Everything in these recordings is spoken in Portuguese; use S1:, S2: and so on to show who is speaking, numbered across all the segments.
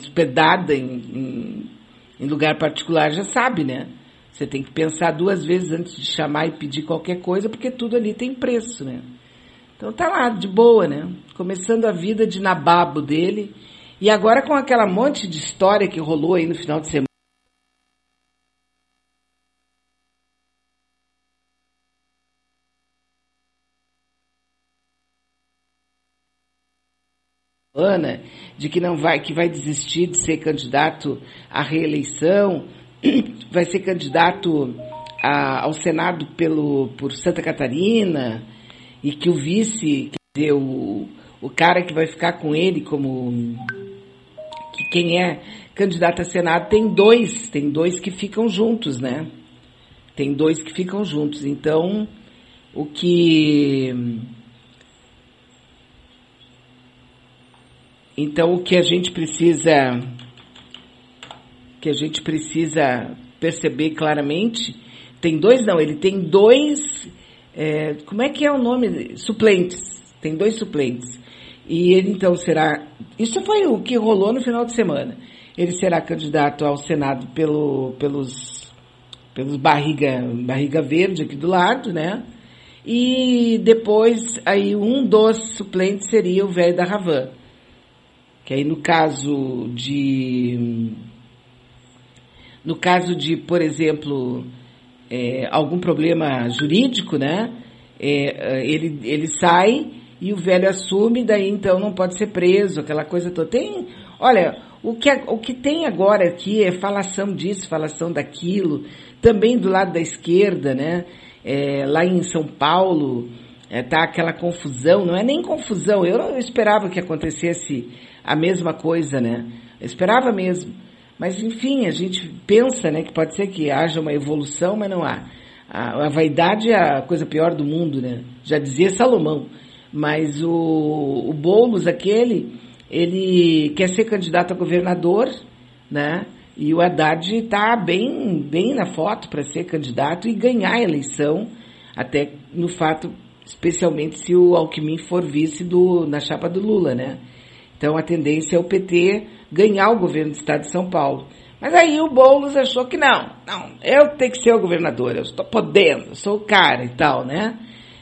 S1: hospedada em lugar particular já sabe, né? Você tem que pensar 2 vezes antes de chamar e pedir qualquer coisa, porque tudo ali tem preço, né? Então tá lá, de boa, né? Começando a vida de nababo dele. E agora com aquela monte de história que rolou aí no final de semana, de que não vai, que vai desistir de ser candidato à reeleição, vai ser candidato ao Senado por Santa Catarina, e que o vice, quer dizer, o cara que vai ficar com ele como que quem é candidato a Senado tem dois que ficam juntos, né? Tem 2 que ficam juntos. Então, o que a gente precisa perceber claramente, tem 2 não, ele tem 2, como é que é o nome? Suplentes, tem 2 suplentes. E ele então será, isso foi o que rolou no final de semana, ele será candidato ao Senado pelos barriga verde aqui do lado, né? E depois aí um dos suplentes seria o velho da Ravan, que aí no caso de, por exemplo, algum problema jurídico, né? Ele sai e o velho assume, daí então não pode ser preso, aquela coisa toda. Olha, o que tem agora aqui é falação disso, falação daquilo, também do lado da esquerda, né? Lá em São Paulo, tá aquela confusão, não é nem confusão, eu não esperava que acontecesse a mesma coisa, né? Eu esperava mesmo. Mas, enfim, a gente pensa, né, que pode ser que haja uma evolução, mas não há. A vaidade é a coisa pior do mundo, né? Já dizia Salomão. Mas o Boulos, ele quer ser candidato a governador, né? E o Haddad está bem na foto para ser candidato e ganhar a eleição, até no fato, especialmente se o Alckmin for vice na chapa do Lula, né? Então a tendência é o PT ganhar o governo do estado de São Paulo. Mas aí o Boulos achou que não, eu tenho que ser o governador, eu estou podendo, eu sou o cara e tal, né?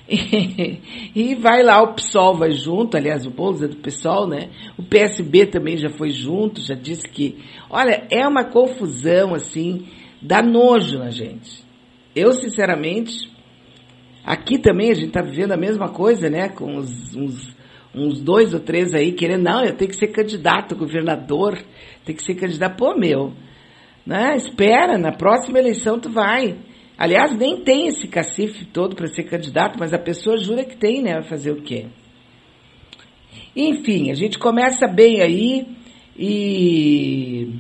S1: E vai lá, o PSOL vai junto, aliás, o Boulos é do PSOL, né? O PSB também já foi junto, já disse que... Olha, é uma confusão, assim, dá nojo na gente. Eu, sinceramente, aqui também a gente está vivendo a mesma coisa, né? Com uns 2 ou 3 aí querendo, não, eu tenho que ser candidato a governador, tem que ser candidato, pô, meu, né? Espera, na próxima eleição tu vai. Aliás, nem tem esse cacife todo para ser candidato, mas a pessoa jura que tem, né? Vai fazer o quê? Enfim, a gente começa bem aí e...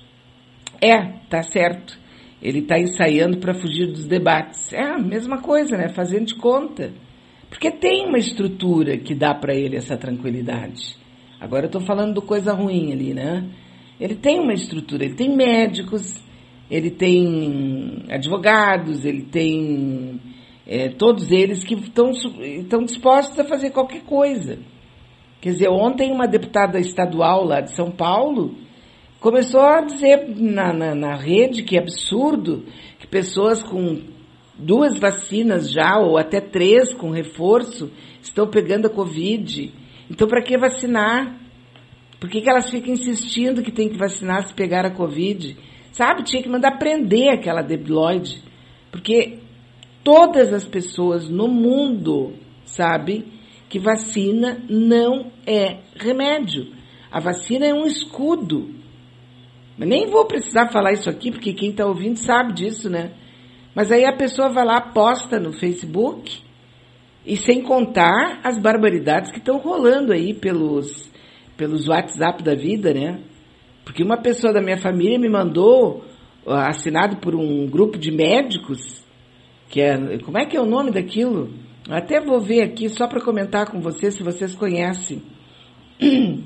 S1: tá certo. Ele está ensaiando para fugir dos debates. É a mesma coisa, né? Fazendo de conta. Porque tem uma estrutura que dá para ele essa tranquilidade. Agora eu estou falando do coisa ruim ali, né? Ele tem uma estrutura, ele tem médicos, ele tem advogados, ele tem todos eles que estão dispostos a fazer qualquer coisa. Quer dizer, ontem uma deputada estadual lá de São Paulo começou a dizer na rede que é absurdo que pessoas com 2 vacinas já, ou até 3 com reforço, estão pegando a Covid. Então, para que vacinar? Por que elas ficam insistindo que tem que vacinar se pegar a Covid? Sabe, tinha que mandar prender aquela debilóide. Porque todas as pessoas no mundo sabem que vacina não é remédio. A vacina é um escudo. Mas nem vou precisar falar isso aqui, porque quem está ouvindo sabe disso, né? Mas aí a pessoa vai lá, posta no Facebook, e sem contar as barbaridades que estão rolando aí pelos WhatsApp da vida, né? Porque uma pessoa da minha família me mandou, assinado por um grupo de médicos, como é que é o nome daquilo? Até vou ver aqui, só para comentar com vocês, se vocês conhecem. Deixa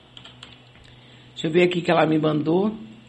S1: eu ver aqui que ela me mandou.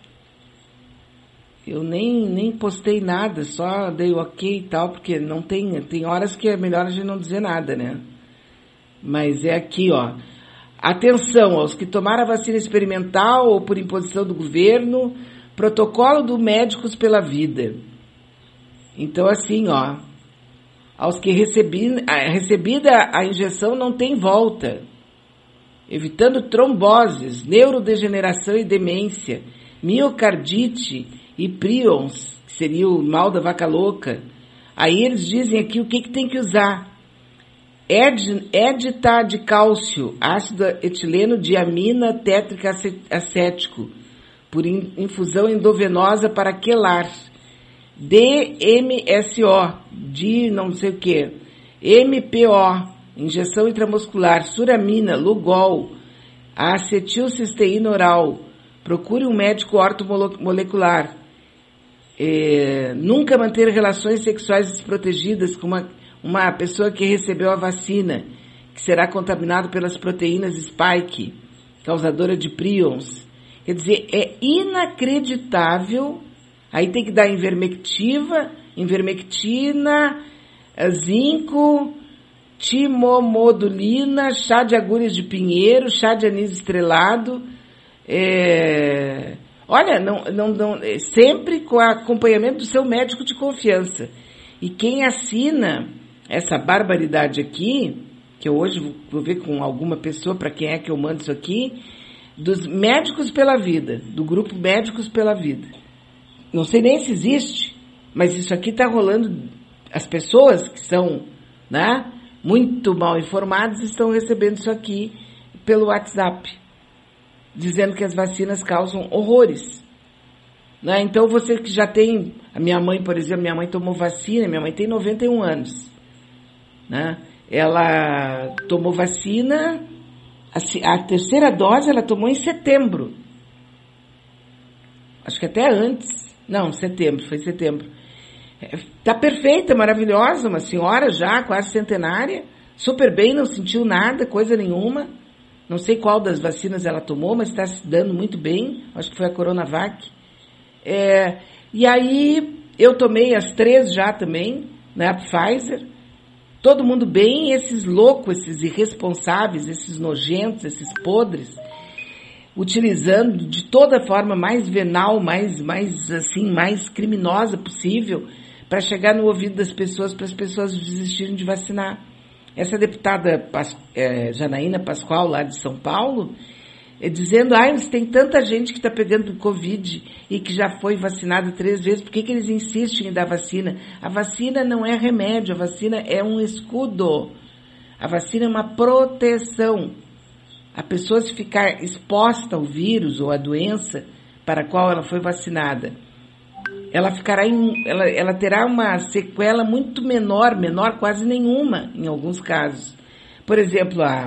S1: Eu nem postei nada, só dei o ok e tal, porque não tem horas que é melhor a gente não dizer nada, né? Mas é aqui, ó. Atenção aos que tomaram a vacina experimental ou por imposição do governo, protocolo do Médicos pela Vida. Então, assim, ó, aos que recebida a injeção não tem volta, evitando tromboses, neurodegeneração e demência, miocardite e prions, que seria o mal da vaca louca. Aí eles dizem aqui o que tem que usar. Edita de cálcio, ácido etileno diamina tétrica acético, por infusão endovenosa para quelar. DMSO, de não sei o que. MPO, injeção intramuscular. Suramina, Lugol, acetilcisteína oral. Procure um médico ortomolecular. Nunca manter relações sexuais desprotegidas com uma pessoa que recebeu a vacina, que será contaminado pelas proteínas spike, causadora de prions. Quer dizer, é inacreditável. Aí tem que dar ivermectina, zinco, timomodulina, chá de agulhas de pinheiro, chá de anis estrelado. Olha, sempre com acompanhamento do seu médico de confiança. E quem assina essa barbaridade aqui, que eu hoje vou ver com alguma pessoa para quem é que eu mando isso aqui, dos Médicos pela Vida, do grupo Médicos pela Vida. Não sei nem se existe, mas isso aqui está rolando. As pessoas que são, né, muito mal informadas estão recebendo isso aqui pelo WhatsApp, dizendo que as vacinas causam horrores. Né? Então você que já tem... A minha mãe, por exemplo, minha mãe tomou vacina, minha mãe tem 91 anos. Né? Ela tomou vacina, a terceira dose ela tomou em setembro. Acho que até antes. Não, foi setembro. Tá perfeita, maravilhosa, uma senhora já, quase centenária, super bem, não sentiu nada, coisa nenhuma. Não sei qual das vacinas ela tomou, mas está se dando muito bem. Acho que foi a Coronavac. E aí, eu tomei as 3 já também, né, a Pfizer. Todo mundo bem, esses loucos, esses irresponsáveis, esses nojentos, esses podres, utilizando de toda forma mais venal, mais criminosa possível, para chegar no ouvido das pessoas, para as pessoas desistirem de vacinar. Essa deputada Janaína Pascoal, lá de São Paulo, dizendo, tem tanta gente que está pegando Covid e que já foi vacinada 3 vezes, por que eles insistem em dar vacina? A vacina não é remédio, a vacina é um escudo. A vacina é uma proteção. A pessoa, se ficar exposta ao vírus ou à doença para a qual ela foi vacinada, ela terá uma sequela muito menor quase nenhuma, em alguns casos. Por exemplo, a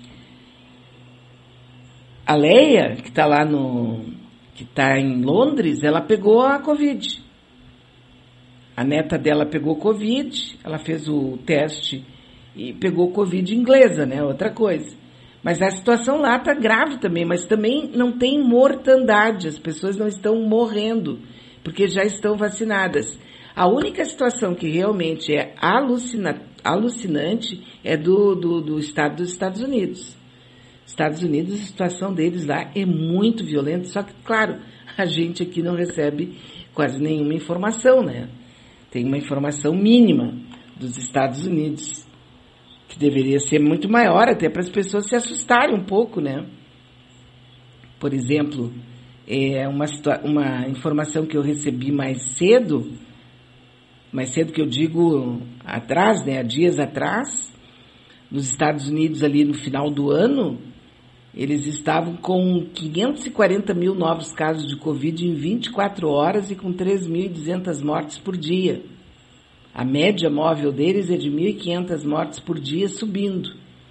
S1: Leia, que está lá que está em Londres, ela pegou a Covid. A neta dela pegou Covid, ela fez o teste e pegou Covid inglesa, né? Outra coisa. Mas a situação lá está grave também, mas também não tem mortandade, as pessoas não estão morrendo, porque já estão vacinadas. A única situação que realmente é alucinante é do estado dos Estados Unidos. Estados Unidos, a situação deles lá é muito violenta, só que, claro, a gente aqui não recebe quase nenhuma informação, né? Tem uma informação mínima dos Estados Unidos, que deveria ser muito maior, até para as pessoas se assustarem um pouco, né? Por exemplo, uma informação que eu recebi mais cedo que eu digo atrás, né, há dias atrás, nos Estados Unidos ali no final do ano, eles estavam com 540 mil novos casos de Covid em 24 horas e com 3.200 mortes por dia. A média móvel deles é de 1.500 mortes por dia subindo.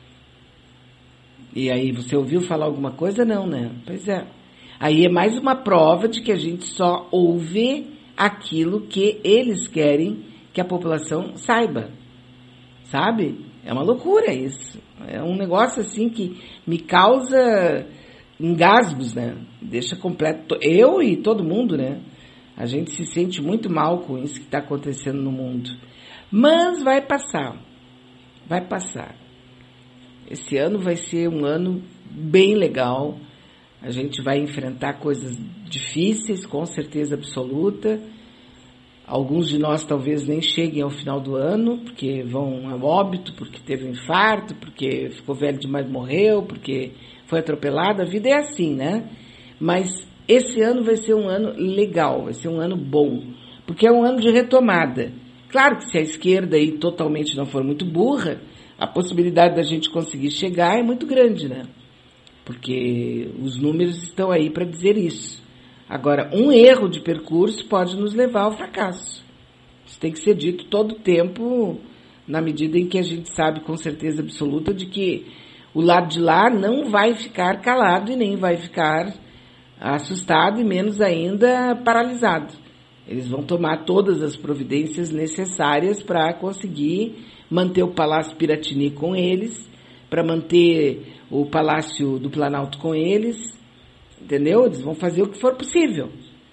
S1: E aí, você ouviu falar alguma coisa? Não, né? Pois é. Aí é mais uma prova de que a gente só ouve aquilo que eles querem que a população saiba. Sabe? É uma loucura isso. É um negócio assim que me causa engasgos, né? Deixa completo. Eu e todo mundo, né? A gente se sente muito mal com isso que está acontecendo no mundo. Mas vai passar. Vai passar. Esse ano vai ser um ano bem legal. A gente vai enfrentar coisas difíceis, com certeza absoluta. Alguns de nós talvez nem cheguem ao final do ano, porque vão a óbito, porque teve um infarto, porque ficou velho demais e morreu, porque foi atropelado. A vida é assim, né? Mas esse ano vai ser um ano legal, vai ser um ano bom, porque é um ano de retomada. Claro que se a esquerda aí totalmente não for muito burra, a possibilidade da gente conseguir chegar é muito grande, né? Porque os números estão aí para dizer isso. Agora, um erro de percurso pode nos levar ao fracasso. Isso tem que ser dito todo o tempo, na medida em que a gente sabe com certeza absoluta de que o lado de lá não vai ficar calado e nem vai ficar assustado e menos ainda paralisado. Eles vão tomar todas as providências necessárias para conseguir manter o Palácio Piratini com eles, para manter o Palácio do Planalto com eles, entendeu? Eles vão fazer o que for possível.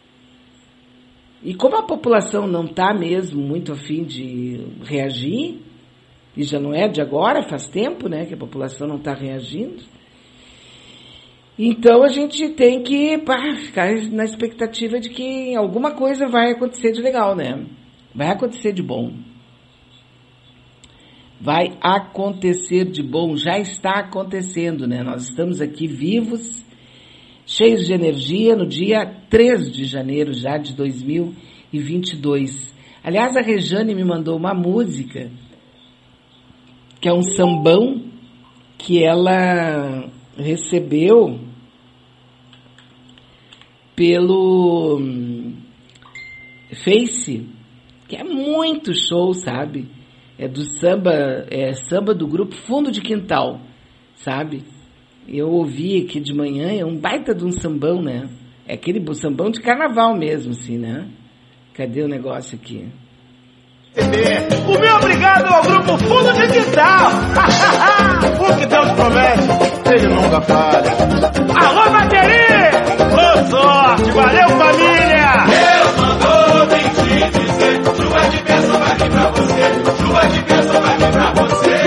S1: E como a população não está mesmo muito a fim de reagir, e já não é de agora, faz tempo, né, que a população não está reagindo, então a gente tem que ficar na expectativa de que alguma coisa vai acontecer de legal, né? Vai acontecer de bom. Vai acontecer de bom, já está acontecendo, né? Nós estamos aqui vivos, cheios de energia, no dia 3 de janeiro já de 2022. Aliás, a Rejane me mandou uma música, que é um sambão, que ela recebeu pelo Face, que é muito show, sabe? É do samba, samba do grupo Fundo de Quintal, sabe? Eu ouvi aqui de manhã, é um baita de um sambão, né? É aquele sambão de carnaval mesmo, assim, né? Cadê o negócio aqui?
S2: O meu obrigado ao grupo Fundo de Quintal. O que Deus promete, ele nunca falha. Alô, bateria! Boa sorte, valeu, família!
S3: Deus mandou bem te dizer, chuva de bênção vai vir pra você, chuva de bênção vai vir pra você.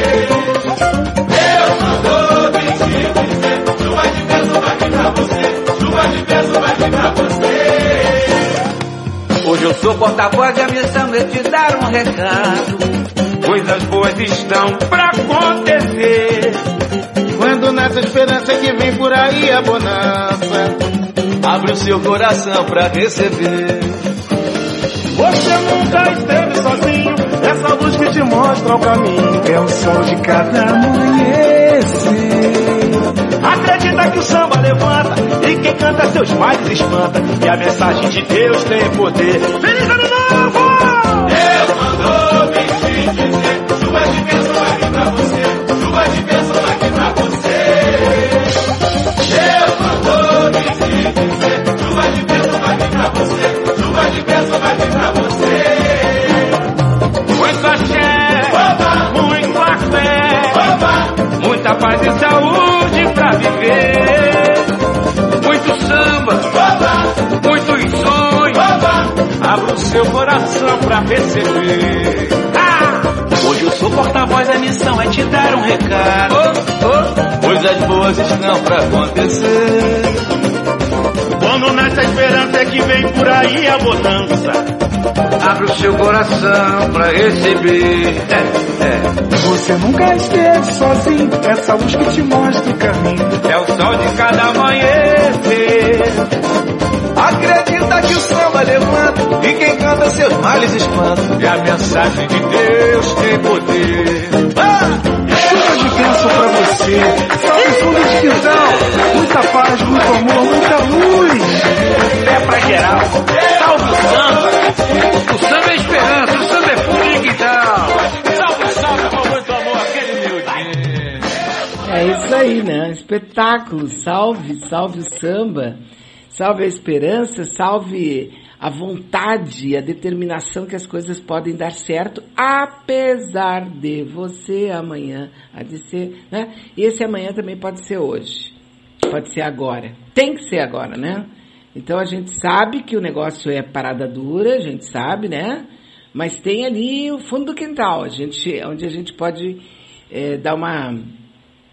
S3: Deus mandou bem te dizer, chuva de bênção vai vir pra você, chuva de bênção vai vir pra você.
S4: Hoje eu sou porta-voz e a missão é te dar um recado.
S2: Coisas boas estão pra acontecer. Quando nessa esperança que vem por aí a bonança,
S3: Abre o seu coração pra receber.
S2: você nunca esteve sozinho. Essa luz que te mostra o caminho é o sol de cada amanhecer. Acredita que o samba levanta e quem canta seus males espanta. E a mensagem de Deus tem poder. Feliz ano novo!
S3: Deus mandou bem te dizer, chuva de bênção vai vir pra você, chuva de bênção vai vir pra você. Deus mandou bem te dizer, chuva de bênção vai vir pra você, chuva de bênção vai vir pra você.
S2: Muito axé,
S3: Oba!
S2: muito axé,
S3: Oba!
S2: muita paz e saúde pra viver. Muito samba,
S3: Oba!
S2: muitos sonhos.
S3: Oba!
S2: Abra o seu coração pra receber.
S4: Hoje eu sou porta-voz, a missão é te dar um recado.
S3: Coisas boas estão pra acontecer.
S2: Quando nessa esperança é que vem por aí a bonança,
S4: Abre o seu coração pra receber.
S2: você nunca esteve sozinho. Essa luz que te mostra o caminho é o sol de cada amanhecer.
S4: Acredita que o samba levanta e quem canta seus males espanta.
S2: E a mensagem de Deus tem poder. Chuva de bênção pra você. Salve fundo de quintal. Muita paz, muito amor, muita luz. Fé pra geral. Salve o samba.
S4: O samba é esperança, o samba é fundo de quintal.
S2: Salve, salve com muito amor, aquele miudinho.
S1: É isso aí, né? Espetáculo. Salve, salve o samba. Salve a esperança, salve a vontade, a determinação que as coisas podem dar certo, apesar de você amanhã há de ser, né? E esse amanhã também pode ser hoje, pode ser agora, tem que ser agora, né? Então a gente sabe que o negócio é parada dura, a gente sabe, né? Mas tem ali o fundo do quintal, onde a gente pode dar uma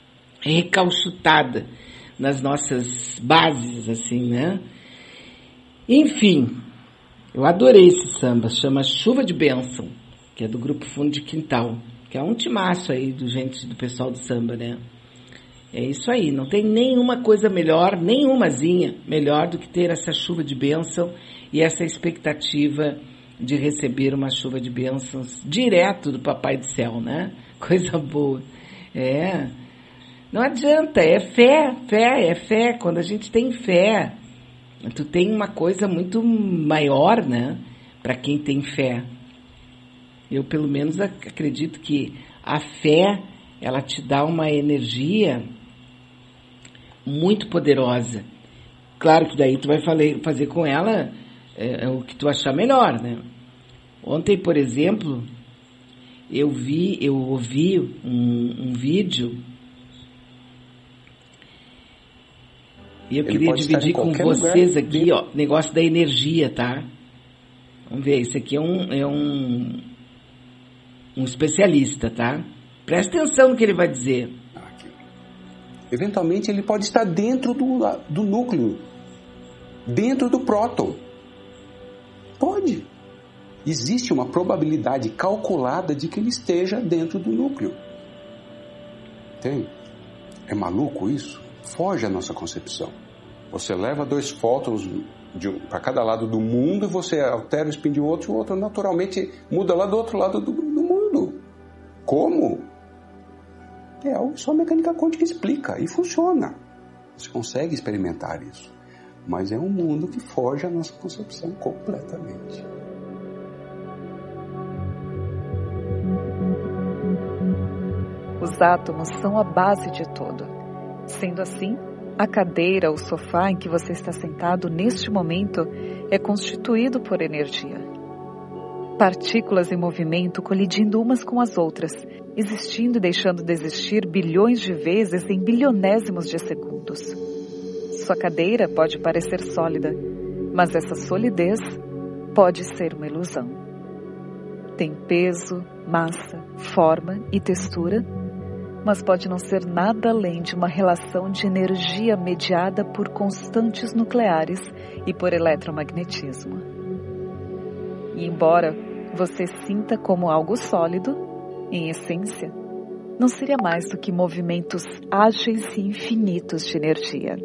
S1: recalchutada nas nossas bases, assim, né? Enfim, eu adorei esse samba, chama Chuva de Bênção, que é do Grupo Fundo de Quintal, que é um timaço aí do pessoal do samba, né? É isso aí, não tem nenhuma coisa melhor, nenhumazinha melhor do que ter essa chuva de bênção e essa expectativa de receber uma chuva de bênçãos direto do Papai do Céu, né? Coisa boa. Não adianta, é fé. Quando a gente tem fé, tu tem uma coisa muito maior, né? Para quem tem fé. Eu, pelo menos, acredito que a fé, ela te dá uma energia muito poderosa. Claro que daí tu vai fazer com ela o que tu achar melhor, né? Ontem, por exemplo, eu ouvi um vídeo e eu queria dividir com vocês aqui, ó, negócio da energia, tá? Vamos ver, esse aqui é um especialista, tá? Presta atenção no que ele vai dizer.
S5: Eventualmente ele pode estar dentro do núcleo, dentro do próton. Pode. Existe uma probabilidade calculada de que ele esteja dentro do núcleo. Tem? É maluco isso? Foge à nossa concepção. Você leva 2 fótons para cada lado do mundo, você altera o spin de outro, e o outro naturalmente muda lá do outro lado do mundo. Como? É algo que só a mecânica quântica explica e funciona. Você consegue experimentar isso. Mas é um mundo que foge à nossa concepção completamente.
S6: Os átomos são a base de tudo. Sendo assim, a cadeira ou sofá em que você está sentado neste momento é constituído por energia. Partículas em movimento colidindo umas com as outras, existindo e deixando de existir bilhões de vezes em bilionésimos de segundos. Sua cadeira pode parecer sólida, mas essa solidez pode ser uma ilusão. Tem peso, massa, forma e textura, mas pode não ser nada além de uma relação de energia mediada por constantes nucleares e por eletromagnetismo. E embora você sinta como algo sólido, em essência, não seria mais do que movimentos ágeis e infinitos de energia.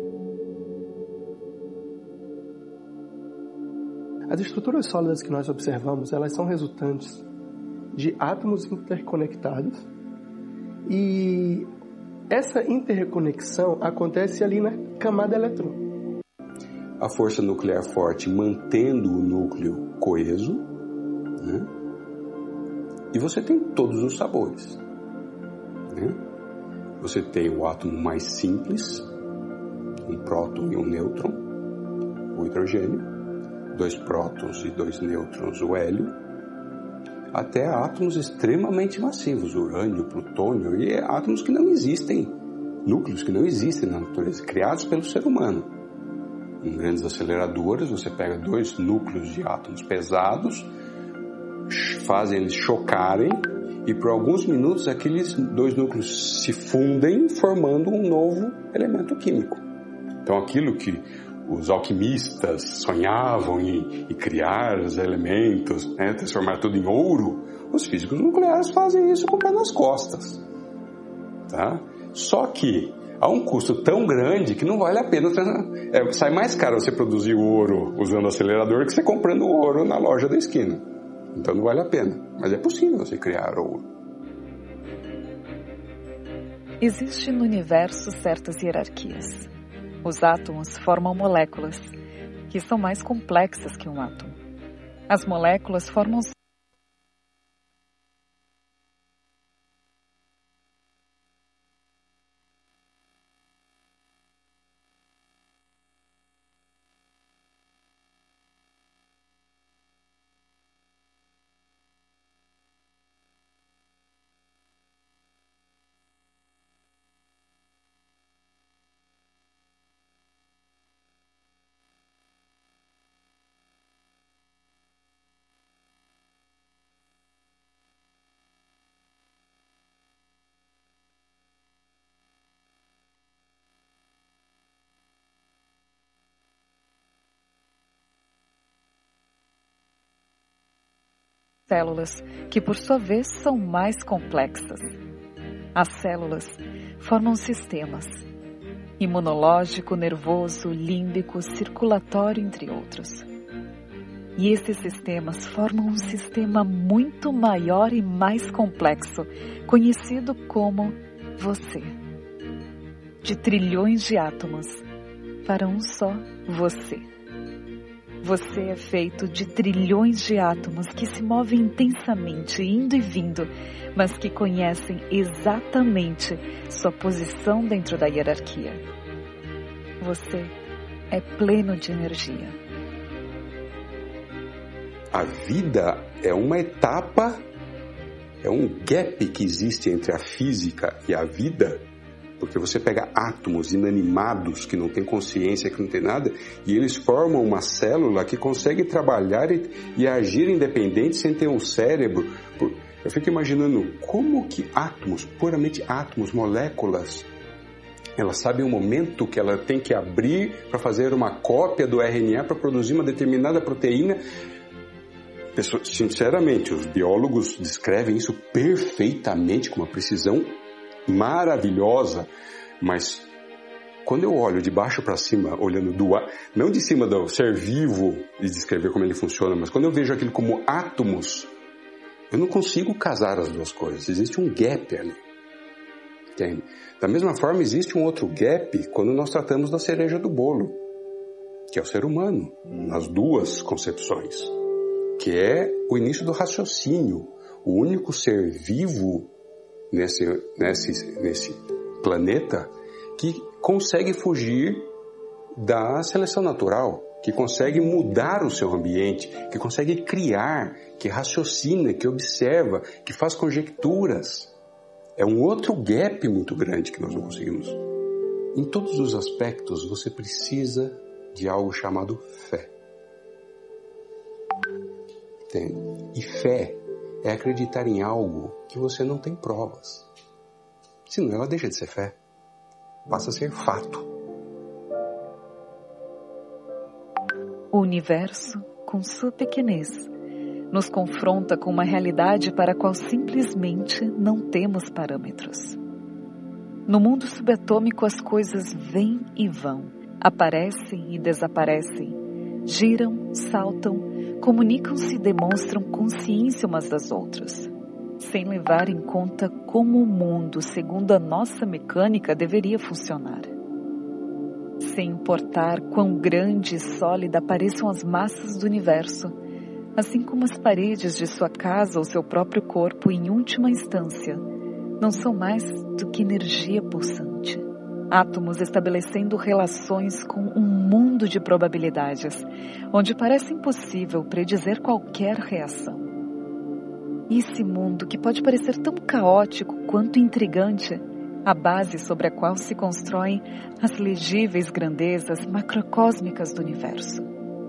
S7: As estruturas sólidas que nós observamos, elas são resultantes de átomos interconectados, e essa interconexão acontece ali na camada eletrônica.
S5: A força nuclear forte mantendo o núcleo coeso, né? E você tem todos os sabores, né? Você tem o átomo mais simples, um próton e um nêutron, o hidrogênio, 2 prótons e 2 nêutrons, o hélio, até átomos extremamente massivos, urânio, plutônio, e átomos que não existem, núcleos que não existem na natureza, criados pelo ser humano. Em grandes aceleradores, você pega 2 núcleos de átomos pesados, fazem eles chocarem, e por alguns minutos aqueles 2 núcleos se fundem, formando um novo elemento químico. Então aquilo que os alquimistas sonhavam em criar os elementos, né, transformar tudo em ouro, os físicos nucleares fazem isso com o pé nas costas. Tá? Só que há um custo tão grande que não vale a pena. Sai mais caro você produzir o ouro usando o acelerador que você comprando o ouro na loja da esquina. Então não vale a pena. Mas é possível você criar ouro.
S6: Existe no universo certas hierarquias. Os átomos formam moléculas, que são mais complexas que um átomo. As moléculas formam células, que por sua vez são mais complexas. As células formam sistemas: imunológico, nervoso, límbico, circulatório, entre outros. E esses sistemas formam um sistema muito maior e mais complexo, conhecido como você. De trilhões de átomos para um só você. Você é feito de trilhões de átomos que se movem intensamente, indo e vindo, mas que conhecem exatamente sua posição dentro da hierarquia. Você é pleno de energia.
S5: A vida é uma etapa, é um gap que existe entre a física e a vida, porque você pega átomos inanimados que não têm consciência, que não tem nada, e eles formam uma célula que consegue trabalhar e agir independente sem ter um cérebro. Eu fico imaginando como que átomos, puramente átomos, moléculas, ela sabe o momento que ela tem que abrir para fazer uma cópia do RNA para produzir uma determinada proteína. Sinceramente, os biólogos descrevem isso perfeitamente, com uma precisão maravilhosa, mas quando eu olho de baixo para cima, olhando não de cima do ser vivo e descrever como ele funciona, mas quando eu vejo aquilo como átomos, eu não consigo casar as duas coisas. Existe um gap ali. Entende? Da mesma forma, existe um outro gap quando nós tratamos da cereja do bolo, que é o ser humano, nas duas concepções, que é o início do raciocínio. O único ser vivo nesse planeta que consegue fugir da seleção natural, que consegue mudar o seu ambiente, que consegue criar, que raciocina, que observa, que faz conjecturas. É um outro gap muito grande que nós não conseguimos. Em todos os aspectos, você precisa de algo chamado fé. E fé é acreditar em algo que você não tem provas. Senão ela deixa de ser fé. Passa a ser fato.
S6: O universo, com sua pequenez, nos confronta com uma realidade para a qual simplesmente não temos parâmetros. No mundo subatômico, as coisas vêm e vão, aparecem e desaparecem, giram, saltam, comunicam-se e demonstram consciência umas das outras, sem levar em conta como o mundo, segundo a nossa mecânica, deveria funcionar. Sem importar quão grande e sólida pareçam as massas do universo, assim como as paredes de sua casa ou seu próprio corpo, em última instância, não são mais do que energia pulsante. Átomos estabelecendo relações com um mundo de probabilidades, onde parece impossível predizer qualquer reação. E esse mundo, que pode parecer tão caótico quanto intrigante, a base sobre a qual se constroem as legíveis grandezas macrocósmicas do universo.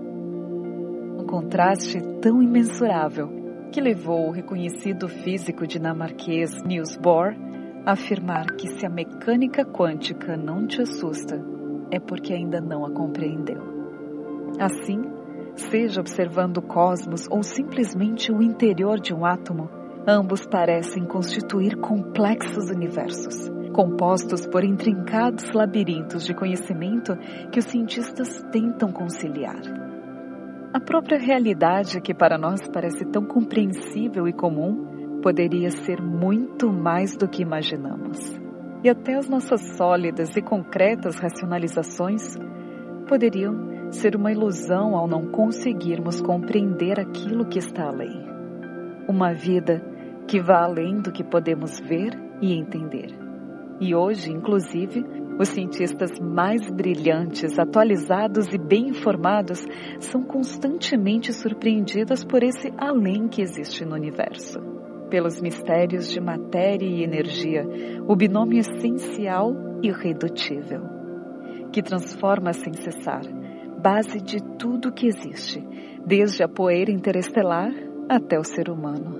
S6: Um contraste tão imensurável que levou o reconhecido físico dinamarquês Niels Bohr a afirmar que se a mecânica quântica não te assusta, é porque ainda não a compreendeu. Assim, seja observando o cosmos ou simplesmente o interior de um átomo, ambos parecem constituir complexos universos, compostos por intrincados labirintos de conhecimento que os cientistas tentam conciliar. A própria realidade, que para nós parece tão compreensível e comum, poderia ser muito mais do que imaginamos. E até as nossas sólidas e concretas racionalizações poderiam ser uma ilusão ao não conseguirmos compreender aquilo que está além. Uma vida que vá além do que podemos ver e entender. E hoje, inclusive, os cientistas mais brilhantes, atualizados e bem informados são constantemente surpreendidos por esse além que existe no universo. Pelos mistérios de matéria e energia, o binômio essencial e irredutível, que transforma sem cessar, base de tudo que existe, desde a poeira interestelar até o ser humano.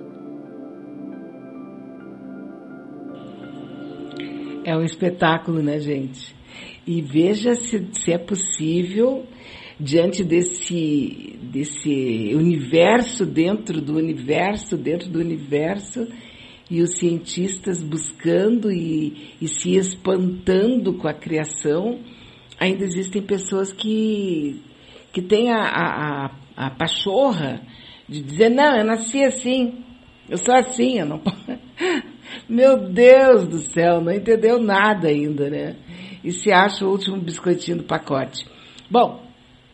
S1: É um espetáculo, né, gente? E veja se é possível diante desse universo dentro do universo, e os cientistas buscando e se espantando com a criação, ainda existem pessoas que têm a pachorra de dizer, não, eu nasci assim, eu sou assim, eu não posso... Meu Deus do céu, não entendeu nada ainda, né? E se acha o último biscoitinho do pacote. Bom,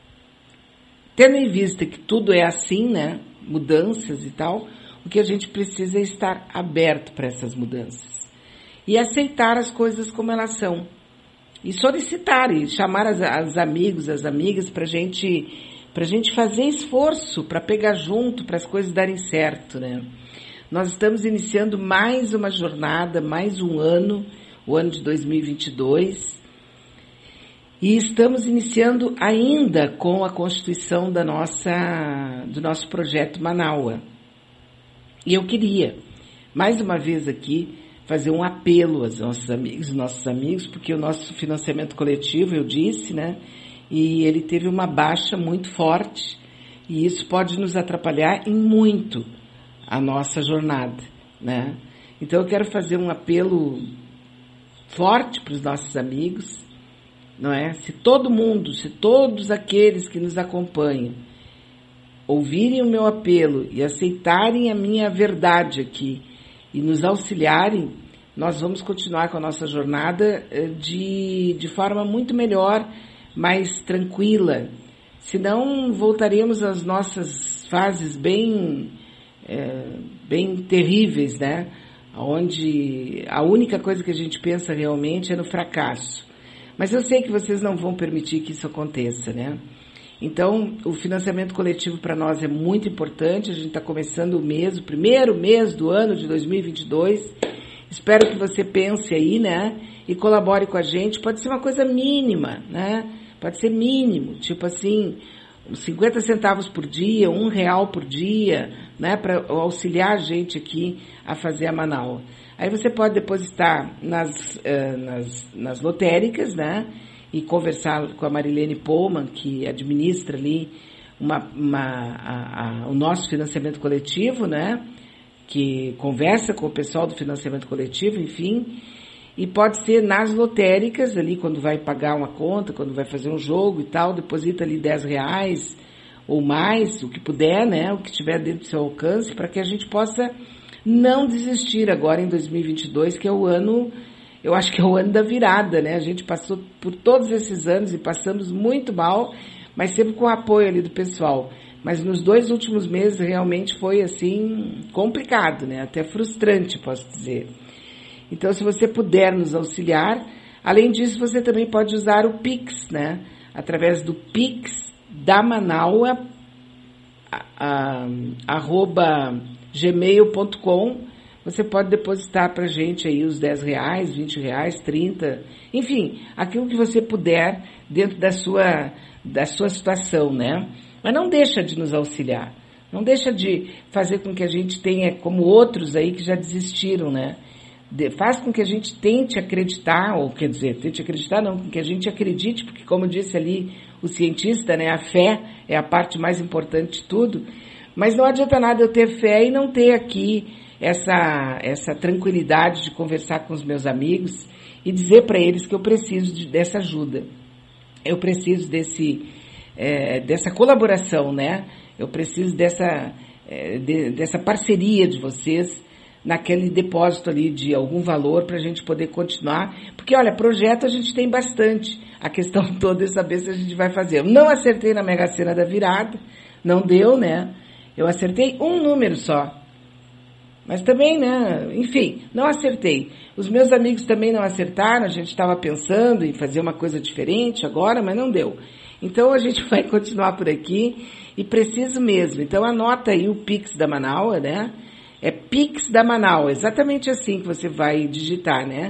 S1: tendo em vista que tudo é assim, né? Mudanças e tal, o que a gente precisa é estar aberto para essas mudanças. E aceitar as coisas como elas são. E solicitar, e chamar as amigos, as amigas para a gente fazer esforço, para pegar junto, para as coisas darem certo, né? Nós estamos iniciando mais uma jornada, mais um ano, o ano de 2022, e estamos iniciando ainda com a constituição do nosso projeto Manaua. E eu queria, mais uma vez aqui, fazer um apelo aos nossos amigos, porque o nosso financiamento coletivo, eu disse, né, e ele teve uma baixa muito forte, e isso pode nos atrapalhar em muito a nossa jornada, né? Então eu quero fazer um apelo forte para os nossos amigos, não é? Se todos aqueles que nos acompanham ouvirem o meu apelo e aceitarem a minha verdade aqui e nos auxiliarem, nós vamos continuar com a nossa jornada de forma muito melhor, mais tranquila. Senão voltaremos às nossas fases bem terríveis, né? Onde a única coisa que a gente pensa realmente é no fracasso. Mas eu sei que vocês não vão permitir que isso aconteça, né? Então, o financiamento coletivo para nós é muito importante. A gente está começando o primeiro mês do ano de 2022. Espero que você pense aí, né? E colabore com a gente. Pode ser uma coisa mínima, né? Pode ser mínimo, tipo assim, 50 centavos por dia, R$1 por dia, né, para auxiliar a gente aqui a fazer a Manaua. Aí você pode depositar nas lotéricas, né, e conversar com a Marilene Pullman, que administra ali o nosso financiamento coletivo, né, que conversa com o pessoal do financiamento coletivo, enfim. E pode ser nas lotéricas, ali quando vai pagar uma conta, quando vai fazer um jogo e tal, deposita ali R$10 ou mais, o que puder, né, o que tiver dentro do seu alcance, para que a gente possa não desistir agora em 2022, que é o ano, eu acho que é o ano da virada, né? A gente passou por todos esses anos e passamos muito mal, mas sempre com o apoio ali do pessoal. Mas nos 2 últimos meses realmente foi assim complicado, né? Até frustrante, posso dizer. Então, se você puder nos auxiliar, além disso, você também pode usar o Pix, né? Através do Pix da Manaua, @gmail.com, você pode depositar para a gente aí os R$10, R$20, 30, enfim, aquilo que você puder dentro da sua situação, né? Mas não deixa de nos auxiliar, não deixa de fazer com que a gente tenha, como outros aí que já desistiram, né? Faz com que a gente tente acreditar, ou quer dizer, tente acreditar não, com que a gente acredite, porque como disse ali o cientista, né, a fé é a parte mais importante de tudo, mas não adianta nada eu ter fé e não ter aqui essa tranquilidade de conversar com os meus amigos e dizer para eles que eu preciso dessa ajuda, eu preciso dessa colaboração, né, eu preciso dessa parceria de vocês, naquele depósito ali de algum valor para a gente poder continuar. Porque, olha, projeto a gente tem bastante. A questão toda é saber se a gente vai fazer. Eu não acertei na Mega Sena da virada, não deu, né? Eu acertei um número só. Mas também, né? Enfim, não acertei. Os meus amigos também não acertaram, a gente estava pensando em fazer uma coisa diferente agora, mas não deu. Então, a gente vai continuar por aqui e preciso mesmo. Então, anota aí o Pix da Manaua, né? É Pix da Manaua, exatamente assim que você vai digitar, né?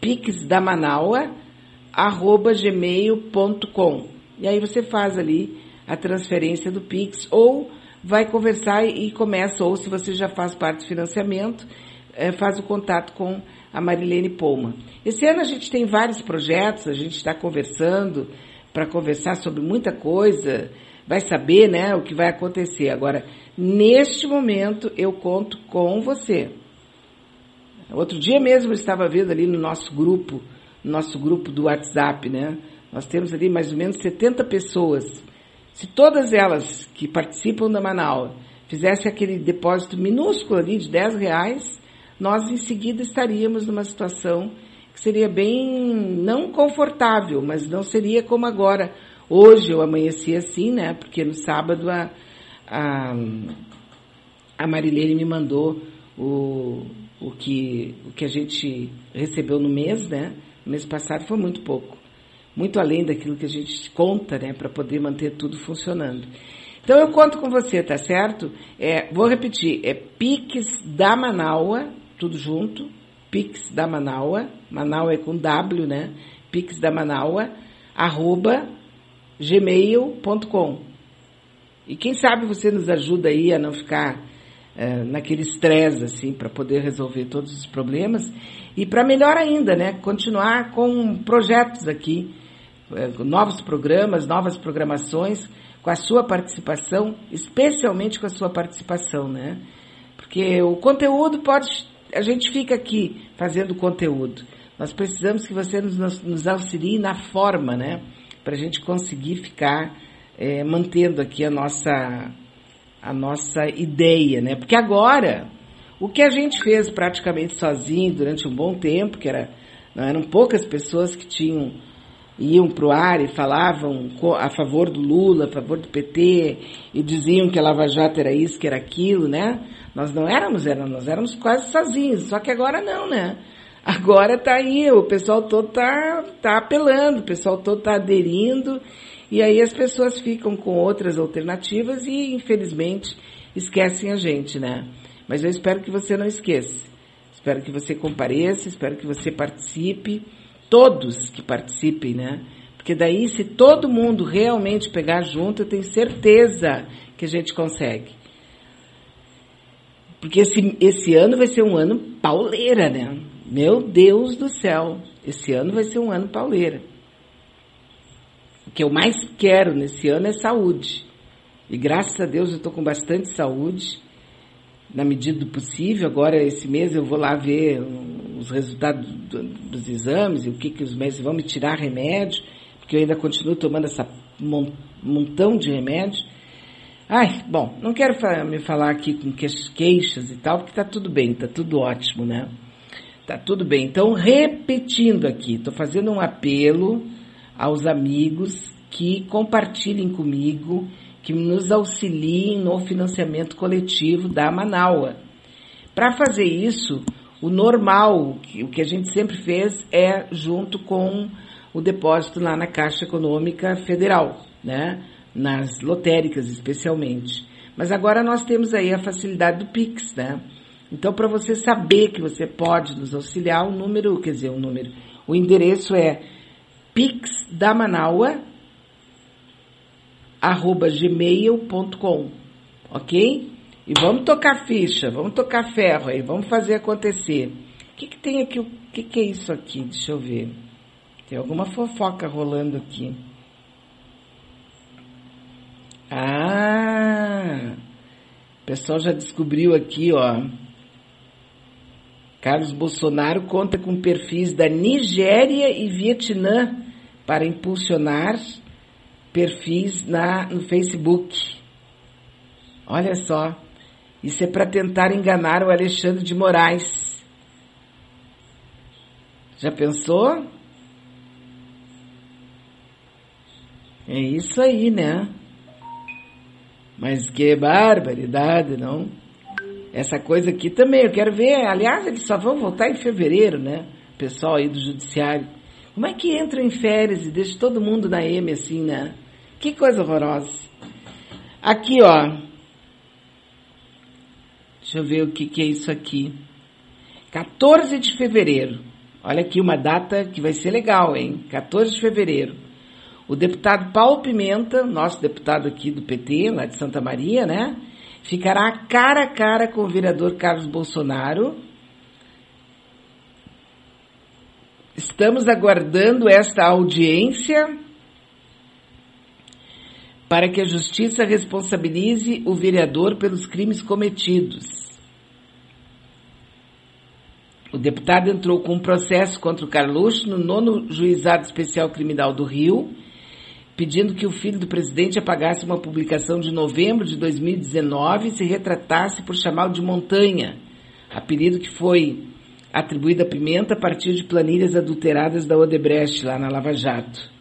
S1: pixdamanaua@gmail.com. E aí você faz ali a transferência do Pix, ou vai conversar e começa, ou se você já faz parte do financiamento, faz o contato com a Marilene Pullman. Esse ano a gente tem vários projetos, a gente está conversando, para conversar sobre muita coisa, vai saber, né, o que vai acontecer. Agora, neste momento, eu conto com você. Outro dia mesmo eu estava vendo ali no nosso grupo do WhatsApp, né? Nós temos ali mais ou menos 70 pessoas. Se todas elas que participam da Manaua fizessem aquele depósito minúsculo ali de R$10, nós em seguida estaríamos numa situação que seria bem, não confortável, mas não seria como agora. Hoje eu amanheci assim, né? Porque no sábado a Marilene me mandou o que a gente recebeu no mês, né? No mês passado foi muito pouco. Muito além daquilo que a gente conta, né? Para poder manter tudo funcionando. Então eu conto com você, tá certo? Vou repetir, Pix da Manaua, tudo junto, Pix da Manaua, Manaua é com W, né? Pix da Manaua, @gmail.com. E quem sabe você nos ajuda aí a não ficar naquele estresse, assim, para poder resolver todos os problemas. E para melhor ainda, né? Continuar com projetos aqui, novos programas, novas programações, com a sua participação, especialmente com a sua participação, né? Porque o conteúdo a gente fica aqui fazendo conteúdo. Nós precisamos que você nos auxilie na forma, né? Para a gente conseguir ficar mantendo aqui a nossa ideia, né? Porque agora, o que a gente fez praticamente sozinho durante um bom tempo, não eram poucas pessoas que iam para o ar e falavam a favor do Lula, a favor do PT, e diziam que a Lava Jato era isso, que era aquilo, né? Nós não éramos, nós éramos quase sozinhos, só que agora não, né? Agora tá aí, o pessoal todo tá apelando, o pessoal todo tá aderindo, e aí as pessoas ficam com outras alternativas e, infelizmente, esquecem a gente, né? Mas eu espero que você não esqueça. Espero que você compareça, espero que você participe, todos que participem, né? Porque daí, se todo mundo realmente pegar junto, eu tenho certeza que a gente consegue. Porque esse ano vai ser um ano pauleira, né? Meu Deus do céu, esse ano vai ser um ano pauleira. O que eu mais quero nesse ano é saúde. E graças a Deus eu estou com bastante saúde, na medida do possível. Agora, esse mês, eu vou lá ver os resultados dos exames e o que os médicos vão me tirar remédio, porque eu ainda continuo tomando essa montão de remédio. Bom, não quero me falar aqui com queixas e tal, porque tá tudo bem, tá tudo ótimo, né? Tá tudo bem. Então, repetindo aqui, estou fazendo um apelo aos amigos que compartilhem comigo, que nos auxiliem no financiamento coletivo da Manaua. Para fazer isso, o normal, o que a gente sempre fez, é junto com o depósito lá na Caixa Econômica Federal, né? Nas lotéricas especialmente. Mas agora nós temos aí a facilidade do Pix, né? Então, para você saber que você pode nos auxiliar, o endereço é pixdamanaua@gmail.com, ok? E vamos tocar ficha, vamos tocar ferro aí, vamos fazer acontecer. O que tem aqui? O que é isso aqui? Deixa eu ver. Tem alguma fofoca rolando aqui. O pessoal já descobriu aqui, ó. Carlos Bolsonaro conta com perfis da Nigéria e Vietnã para impulsionar perfis no Facebook. Olha só. Isso é para tentar enganar o Alexandre de Moraes. Já pensou? É isso aí, né? Mas que barbaridade, não? Essa coisa aqui também, eu quero ver. Aliás, eles só vão voltar em fevereiro, né? O pessoal aí do judiciário. Como é que entra em férias e deixa todo mundo na M assim, né? Que coisa horrorosa. Aqui, ó. Deixa eu ver o que é isso aqui. 14 de fevereiro. Olha aqui uma data que vai ser legal, hein? 14 de fevereiro. O deputado Paulo Pimenta, nosso deputado aqui do PT, lá de Santa Maria, né? Ficará cara a cara com o vereador Carlos Bolsonaro. Estamos aguardando esta audiência para que a justiça responsabilize o vereador pelos crimes cometidos. O deputado entrou com um processo contra o Carluxo no 9º Juizado Especial Criminal do Rio, pedindo que o filho do presidente apagasse uma publicação de novembro de 2019 e se retratasse por chamá-lo de Montanha, apelido que foi atribuído a Pimenta a partir de planilhas adulteradas da Odebrecht, lá na Lava Jato.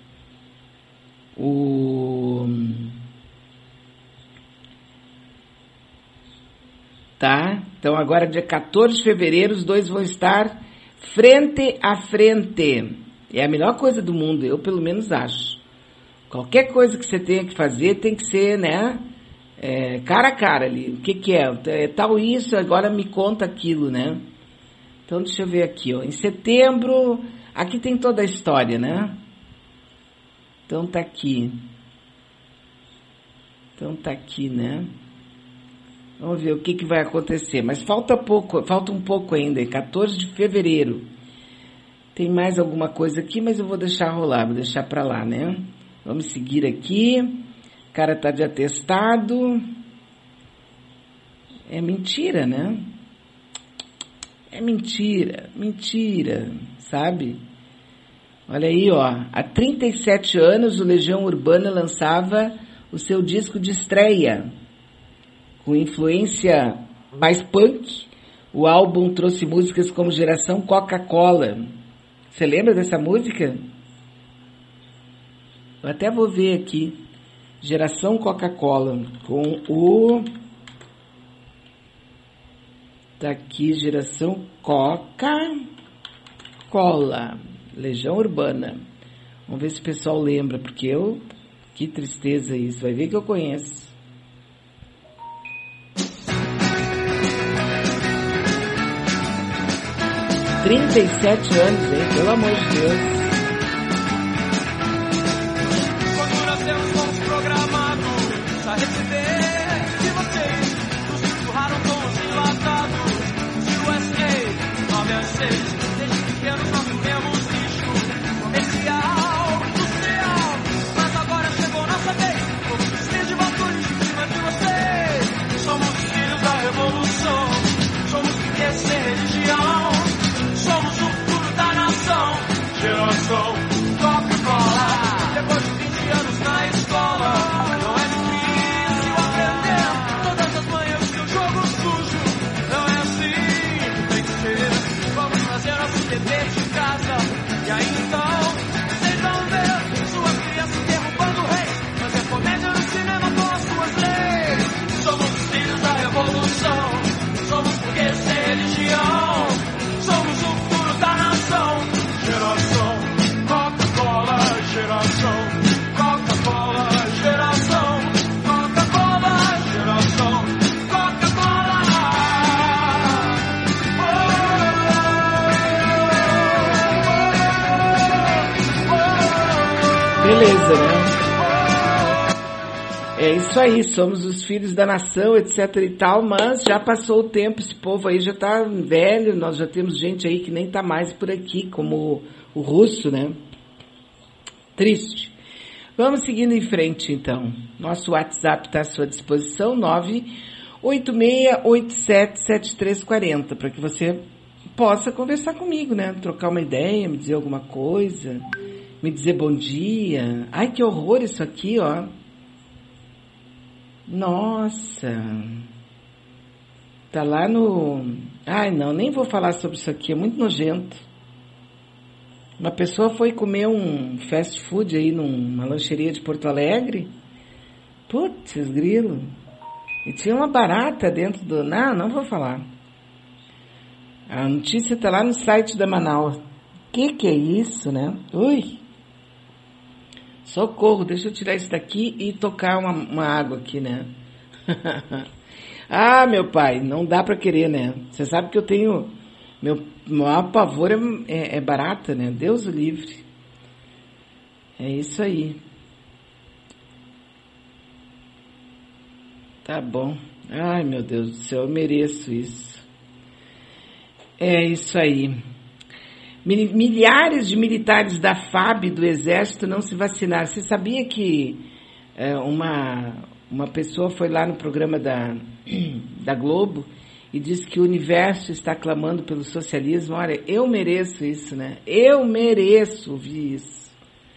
S1: Tá? Então agora, dia 14 de fevereiro, os dois vão estar frente a frente. É a melhor coisa do mundo, eu pelo menos acho. Qualquer coisa que você tenha que fazer tem que ser, né, cara a cara ali. O que é? É tal isso, agora me conta aquilo, né? Então deixa eu ver aqui, ó. Em setembro, aqui tem toda a história, né? Então tá aqui. Né? Vamos ver o que vai acontecer. Mas falta um pouco ainda, 14 de fevereiro. Tem mais alguma coisa aqui, mas eu vou deixar rolar, vou deixar pra lá, né? Vamos seguir aqui. O cara tá de atestado. É mentira, né? É mentira, sabe? Olha aí, ó. Há 37 anos, o Legião Urbana lançava o seu disco de estreia. Com influência mais punk, o álbum trouxe músicas como Geração Coca-Cola. Você lembra dessa música? Eu até vou ver aqui. Geração Coca-Cola. Com o... Tá aqui, Geração Coca-Cola. Legião Urbana. Vamos ver se o pessoal lembra, porque eu... Que tristeza isso. Vai ver que eu conheço. – 37 anos, hein? Pelo amor de Deus.
S3: Quando nós fomos programados a receber de vocês, nos empurraram com os enlatados de USA 9 a 6. Desde pequenos nós comemos lixo comercial, industrial. Mas agora chegou nossa vez. Vamos vestir de valores em cima de vocês. Somos os filhos da revolução. Somos o que é ser religião. Somos o futuro da nação. Geração Coca-Cola. Depois de 20 anos na escola, não é difícil aprender todas as manhãs que o jogo sujo. Não é assim que tem que ser. Vamos fazer nosso dever de casa. E aí então, vocês vão ver suas crianças derrubando o rei. Fazer comédia no cinema com as suas leis. Somos os filhos da revolução. Somos porque ser religião. Somos o futuro da nação. Geração Coca-Cola, geração Coca-Cola, geração Coca-Cola, geração Coca-Cola.
S1: Beleza, né? É isso aí, somos os filhos da nação, etc e tal, mas já passou o tempo, esse povo aí já tá velho, nós já temos gente aí que nem tá mais por aqui, como o russo, né? Triste. Vamos seguindo em frente, então. Nosso WhatsApp está à sua disposição, 986877340, para que você possa conversar comigo, né? Trocar uma ideia, me dizer alguma coisa, me dizer bom dia. Ai, que horror isso aqui, ó. Nossa, tá lá no... Ai, não, nem vou falar sobre isso aqui, é muito nojento. Uma pessoa foi comer um fast food aí numa lancheria de Porto Alegre. Putz, grilo. E tinha uma barata dentro do... Não vou falar. A notícia tá lá no site da Manaus. Que é isso, né? Ui. Socorro, deixa eu tirar isso daqui e tocar uma água aqui, né? Ah, meu pai, não dá pra querer, né? Você sabe que eu tenho... Meu maior pavor é barata, né? Deus o livre. É isso aí. Tá bom. Ai, meu Deus do céu, eu mereço isso. É isso aí. Milhares de militares da FAB, do Exército, não se vacinaram. Você sabia que uma pessoa foi lá no programa da Globo e disse que o universo está clamando pelo socialismo. Olha, eu mereço isso, né? Eu mereço ouvir isso.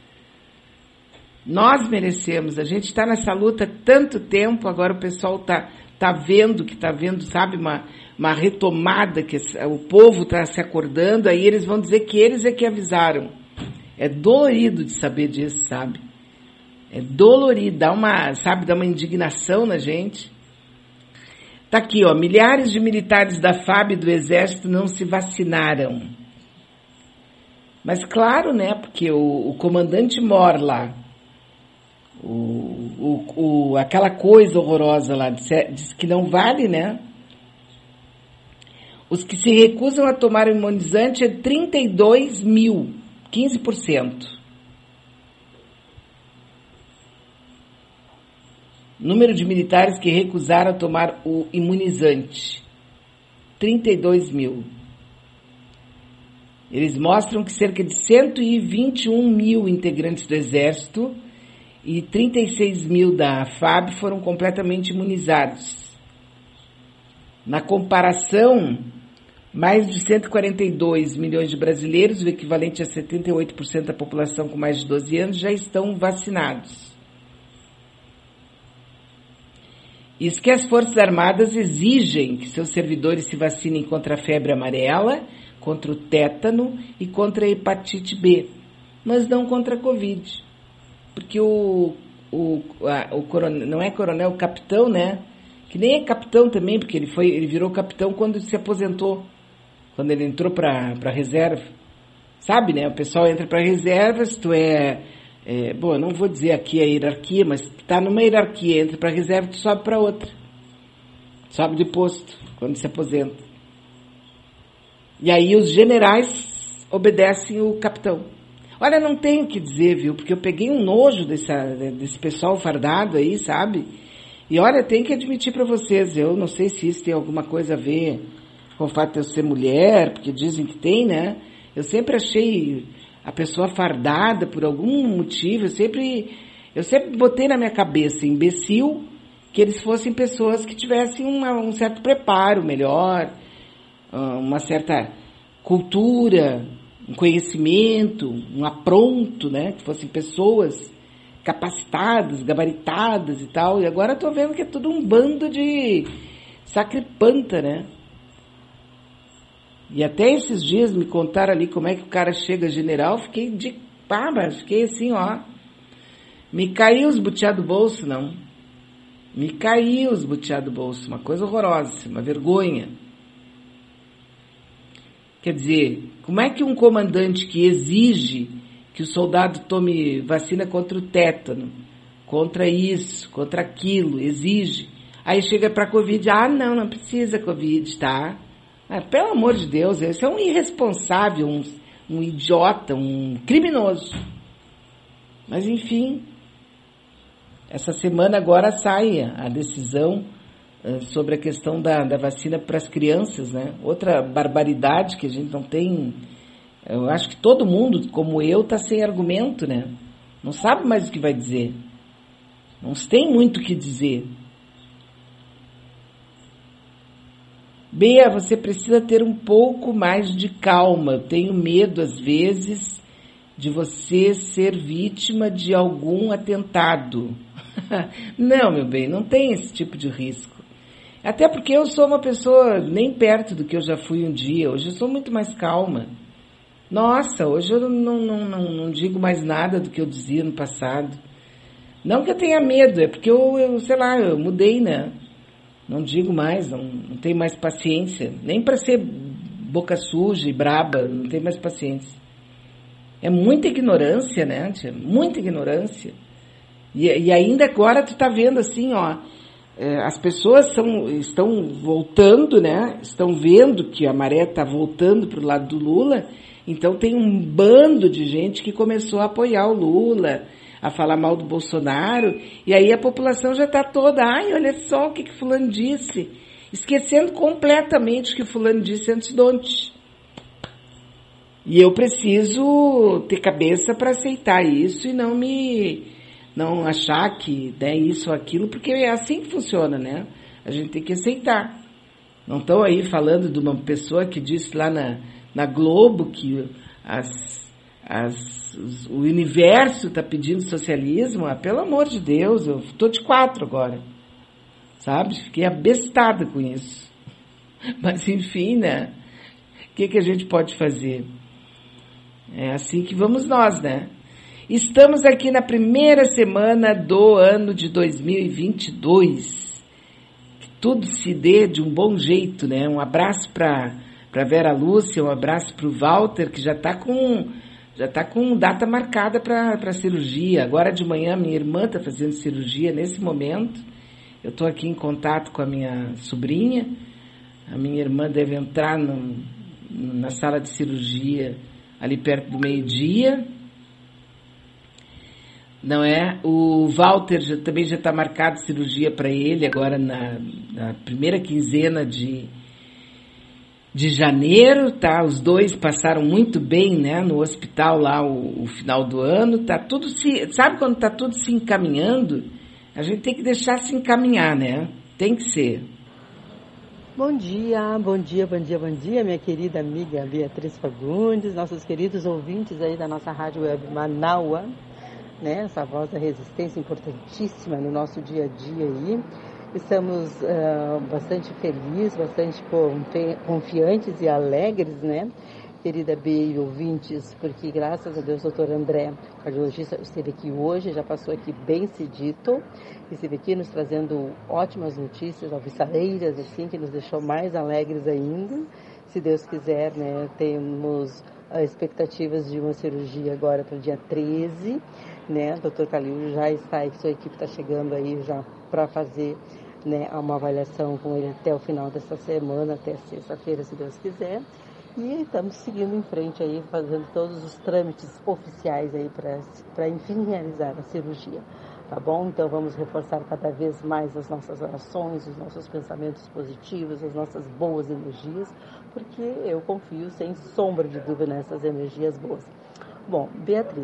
S1: Nós merecemos. A gente está nessa luta há tanto tempo, agora o pessoal tá vendo, sabe, uma retomada, que o povo está se acordando, aí eles vão dizer que eles é que avisaram. É dolorido de saber disso, sabe? É dolorido, dá uma indignação na gente. Tá aqui, ó, milhares de militares da FAB e do Exército não se vacinaram. Mas claro, né, porque o comandante Mor lá, aquela coisa horrorosa lá, diz que não vale, né? Os que se recusam a tomar o imunizante é 32 mil, 15%. Número de militares que recusaram a tomar o imunizante, 32 mil. Eles mostram que cerca de 121 mil integrantes do Exército e 36 mil da FAB foram completamente imunizados. Na comparação, mais de 142 milhões de brasileiros, o equivalente a 78% da população com mais de 12 anos, já estão vacinados. Isso que as Forças Armadas exigem que seus servidores se vacinem contra a febre amarela, contra o tétano e contra a hepatite B, mas não contra a Covid. Porque o coronel, não é coronel, o capitão, né? Que nem é capitão também, porque ele virou capitão quando se aposentou, quando ele entrou para reserva. Sabe, né? O pessoal entra para reserva, se tu bom, eu não vou dizer aqui a hierarquia, mas tu tá numa hierarquia, entra para reserva, tu sobe para outra. Sobe de posto, quando se aposenta. E aí os generais obedecem o capitão. Olha, não tenho o que dizer, viu? Porque eu peguei um nojo desse pessoal fardado aí, sabe? E olha, tenho que admitir para vocês, eu não sei se isso tem alguma coisa a ver com o fato de eu ser mulher, porque dizem que tem, né? Eu sempre achei a pessoa fardada por algum motivo, eu sempre botei na minha cabeça, imbecil, que eles fossem pessoas que tivessem um certo preparo melhor, uma certa cultura, um conhecimento, um apronto, né? Que fossem pessoas capacitadas, gabaritadas e tal. E agora eu tô vendo que é tudo um bando de sacripanta, né? E até esses dias me contaram ali como é que o cara chega general, fiquei fiquei assim, ó. Me caiu os butiá do bolso, não. Me caiu os butiá do bolso, uma coisa horrorosa, uma vergonha. Quer dizer, como é que um comandante que exige que o soldado tome vacina contra o tétano, contra isso, contra aquilo, exige, aí chega para a Covid, não precisa Covid, tá? Pelo amor de Deus, esse é um irresponsável, um idiota, um criminoso. Mas enfim, essa semana agora sai a decisão sobre a questão da vacina para as crianças, né? Outra barbaridade que a gente não tem. Eu acho que todo mundo, como eu, está sem argumento, né? Não sabe mais o que vai dizer. Não se tem muito o que dizer. Bea, você precisa ter um pouco mais de calma. Eu tenho medo, às vezes, de você ser vítima de algum atentado. Não, meu bem, não tem esse tipo de risco. Até porque eu sou uma pessoa nem perto do que eu já fui um dia. Hoje eu sou muito mais calma. Nossa, hoje eu não digo mais nada do que eu dizia no passado. Não que eu tenha medo, é porque eu sei lá, eu mudei, né? Não digo mais, não tenho mais paciência. Nem para ser boca suja e braba, não tenho mais paciência. É muita ignorância, né, tia? Muita ignorância. E ainda agora tu tá vendo assim, ó, as pessoas estão voltando, né? Estão vendo que a maré tá voltando pro lado do Lula. Então tem um bando de gente que começou a apoiar o Lula, a falar mal do Bolsonaro, e aí a população já está toda, olha só o que fulano disse, esquecendo completamente o que fulano disse antes de ontem. E eu preciso ter cabeça para aceitar isso e não me não achar que é isso ou aquilo, porque é assim que funciona, né? A gente tem que aceitar. Não estão aí falando de uma pessoa que disse lá na Globo que o universo está pedindo socialismo. Pelo amor de Deus, eu estou de 4 agora, sabe? Fiquei abestada com isso. Mas, enfim, né? O que a gente pode fazer? É assim que vamos nós, né? Estamos aqui na primeira semana do ano de 2022. Que tudo se dê de um bom jeito, né? Um abraço para Vera Lúcia, um abraço para o Walter, que já está com data marcada para cirurgia. Agora de manhã minha irmã está fazendo cirurgia nesse momento. Eu estou aqui em contato com a minha sobrinha. A minha irmã deve entrar na sala de cirurgia ali perto do meio-dia. Não é? O Walter também já está marcado cirurgia para ele agora na primeira quinzena de janeiro, tá? Os dois passaram muito bem, né? No hospital lá o final do ano. Tá tudo sabe quando está tudo se encaminhando? A gente tem que deixar se encaminhar, né? Tem que ser.
S8: Bom dia, bom dia, bom dia, bom dia, minha querida amiga Beatriz Fagundes, nossos queridos ouvintes aí da nossa rádio web Manaua, né? Essa voz da resistência importantíssima no nosso dia a dia aí. Estamos bastante felizes, bastante confiantes e alegres, né? Querida Bia e ouvintes, porque graças a Deus o doutor André, cardiologista, esteve aqui hoje, já passou aqui bem cedito, esteve aqui nos trazendo ótimas notícias, alvissareiras, assim, que nos deixou mais alegres ainda. Se Deus quiser, né, temos expectativas de uma cirurgia agora para o dia 13, né? O doutor Calil já está aí, sua equipe está chegando aí já para fazer, né, uma avaliação com ele até o final dessa semana, até sexta-feira, se Deus quiser. E estamos seguindo em frente aí, fazendo todos os trâmites oficiais aí para enfim realizar a cirurgia, tá bom? Então vamos reforçar cada vez mais as nossas orações, os nossos pensamentos positivos, as nossas boas energias, porque eu confio sem sombra de dúvida nessas energias boas. Bom, Beatriz,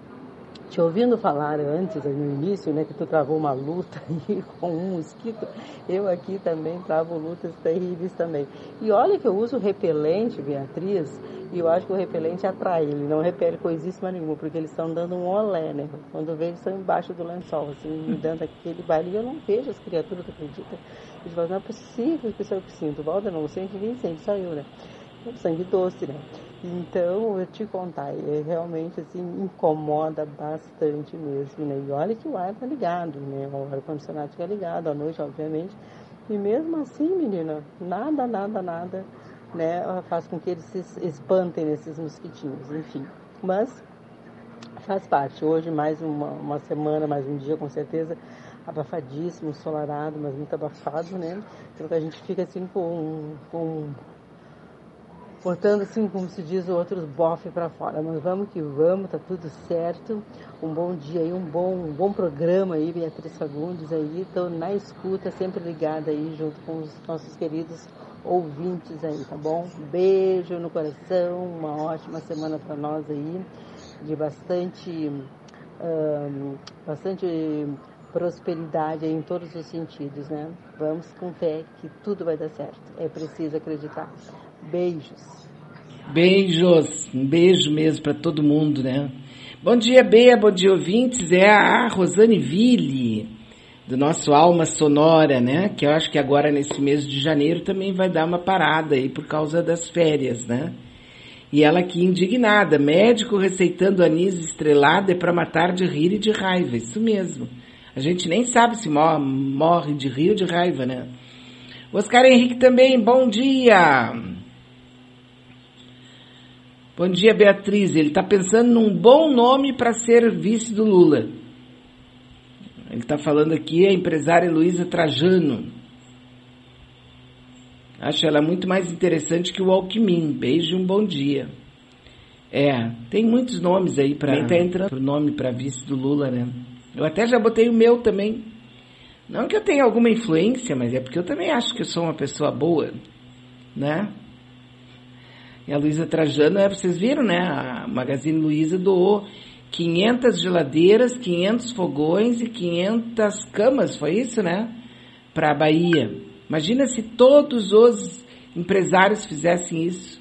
S8: te ouvindo falar antes, no início, né, que tu travou uma luta aí com um mosquito, eu aqui também travo lutas terríveis também. E olha que eu uso repelente, Beatriz, e eu acho que o repelente atrai, ele não repele coisíssima nenhuma, porque eles estão dando um olé, né? Quando eu vejo, eles estão embaixo do lençol, assim, me dando aquele baile, e eu não vejo as criaturas, tu acredita? Eles falam, não é possível que isso eu sinto, o Walter não sente, ninguém sente, só eu, né? É sangue doce, né? Então, eu te contar, realmente, assim, incomoda bastante mesmo, né? E olha que o ar tá ligado, né? O ar-condicionado fica ligado à noite, obviamente. E mesmo assim, menina, nada, né? Faz com que eles se espantem nesses mosquitinhos, enfim. Mas faz parte. Hoje, mais uma semana, mais um dia, com certeza, abafadíssimo, ensolarado, mas muito abafado, né? Então, a gente fica, assim, portando, assim, como se diz, outros bofes para fora. Mas vamos que vamos, tá tudo certo. Um bom dia aí, um bom programa aí, Beatriz Fagundes aí. Estou na escuta, sempre ligada aí, junto com os nossos queridos ouvintes aí, tá bom? Beijo no coração, uma ótima semana para nós aí, de bastante prosperidade aí em todos os sentidos, né? Vamos com fé que tudo vai dar certo. É preciso acreditar. Beijos.
S1: Beijos. Um beijo mesmo para todo mundo, né? Bom dia, Bea. Bom dia, ouvintes. É a Rosane Ville, do nosso Alma Sonora, né? Que eu acho que agora, nesse mês de janeiro, também vai dar uma parada aí por causa das férias, né? E ela aqui indignada. Médico receitando anis estrelado é para matar de rir e de raiva. Isso mesmo. A gente nem sabe se morre de rir ou de raiva, né? Oscar Henrique também, bom dia. Bom dia, Beatriz. Ele está pensando num bom nome para ser vice do Lula. Ele está falando aqui a empresária Luísa Trajano. Acho ela muito mais interessante que o Alckmin. Beijo e um bom dia. Tem muitos nomes aí para... Quem está entrando pro nome para vice do Lula, né? Eu até já botei o meu também. Não que eu tenha alguma influência, mas é porque eu também acho que eu sou uma pessoa boa, né? E a Luísa Trajano, vocês viram, né? A Magazine Luiza doou 500 geladeiras, 500 fogões e 500 camas, foi isso, né? Para a Bahia. Imagina se todos os empresários fizessem isso.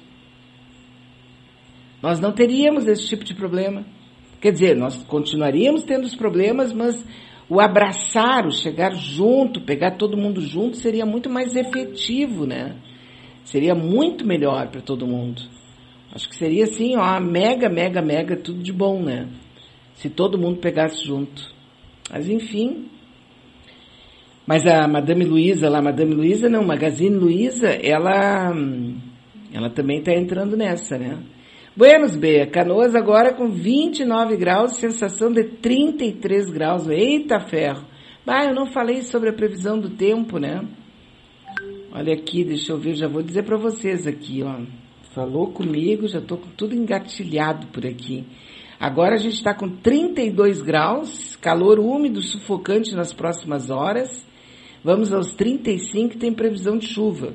S1: Nós não teríamos esse tipo de problema. Quer dizer, nós continuaríamos tendo os problemas, mas o abraçar, o chegar junto, pegar todo mundo junto, seria muito mais efetivo, né? Seria muito melhor para todo mundo. Acho que seria assim, ó, mega, mega, mega, tudo de bom, né? Se todo mundo pegasse junto. Mas enfim. Mas a Madame Luiza lá, Magazine Luiza, ela também está entrando nessa, né? Buenos B, Canoas agora com 29 graus, sensação de 33 graus. Eita ferro! Eu não falei sobre a previsão do tempo, né? Olha aqui, deixa eu ver, já vou dizer para vocês aqui, ó. Falou comigo, já estou com tudo engatilhado por aqui. Agora a gente está com 32 graus, calor úmido, sufocante nas próximas horas. Vamos aos 35, tem previsão de chuva.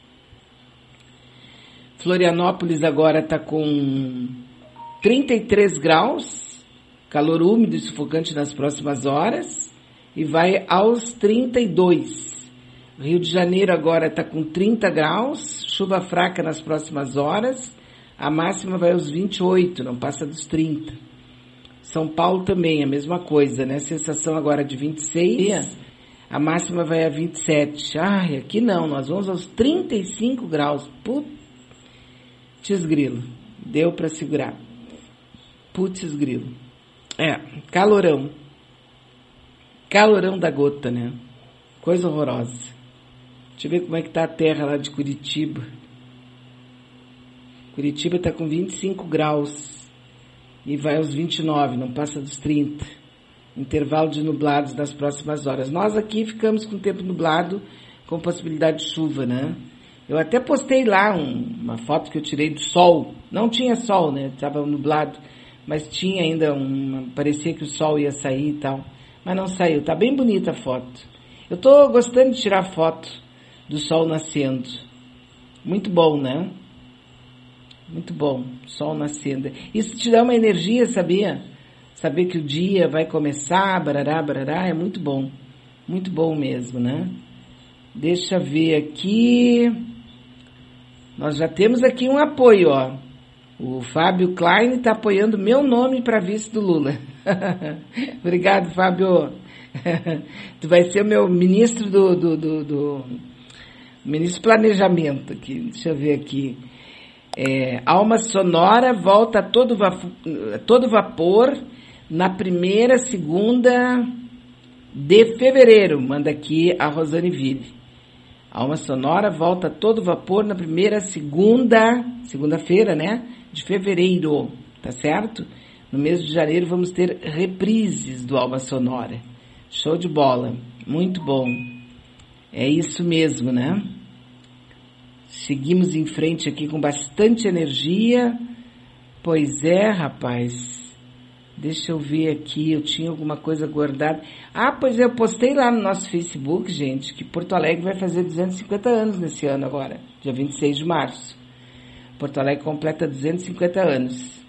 S1: Florianópolis agora está com 33 graus, calor úmido e sufocante nas próximas horas, e vai aos 32. Rio de Janeiro agora está com 30 graus, chuva fraca nas próximas horas, a máxima vai aos 28, não passa dos 30. São Paulo também, a mesma coisa, né? Sensação agora de 26, a máxima vai a 27. Ai, aqui não, nós vamos aos 35 graus. Putz grilo, deu para segurar. Putz grilo. Calorão. Calorão da gota, né? Coisa horrorosa. Deixa eu ver como é que tá a terra lá de Curitiba. Curitiba está com 25 graus e vai aos 29, não passa dos 30. Intervalo de nublados nas próximas horas. Nós aqui ficamos com tempo nublado, com possibilidade de chuva, né? Eu até postei lá uma foto que eu tirei do sol. Não tinha sol, né? Estava nublado, mas tinha ainda parecia que o sol ia sair e tal. Mas não saiu. Tá bem bonita a foto. Eu tô gostando de tirar foto do sol nascendo. Muito bom, né? Muito bom, sol nascendo. Isso te dá uma energia, sabia? Saber que o dia vai começar, barará, barará, é muito bom. Muito bom mesmo, né? Deixa eu ver aqui. Nós já temos aqui um apoio, ó. O Fábio Klein está apoiando meu nome para vice do Lula. Obrigado, Fábio. Tu vai ser o meu ministro do ministro planejamento aqui. Deixa eu ver aqui. Alma Sonora volta a todo vapor na primeira segunda de fevereiro. Manda aqui a Rosane Ville. Alma Sonora volta a todo vapor na primeira segunda-feira, né? De fevereiro, tá certo? No mês de janeiro vamos ter reprises do Alma Sonora. Show de bola, muito bom. É isso mesmo, né? Seguimos em frente aqui com bastante energia. Pois é, rapaz. Deixa eu ver aqui, eu tinha alguma coisa guardada. Pois é, eu postei lá no nosso Facebook, gente, que Porto Alegre vai fazer 250 anos nesse ano agora, dia 26 de março. Porto Alegre completa 250 anos.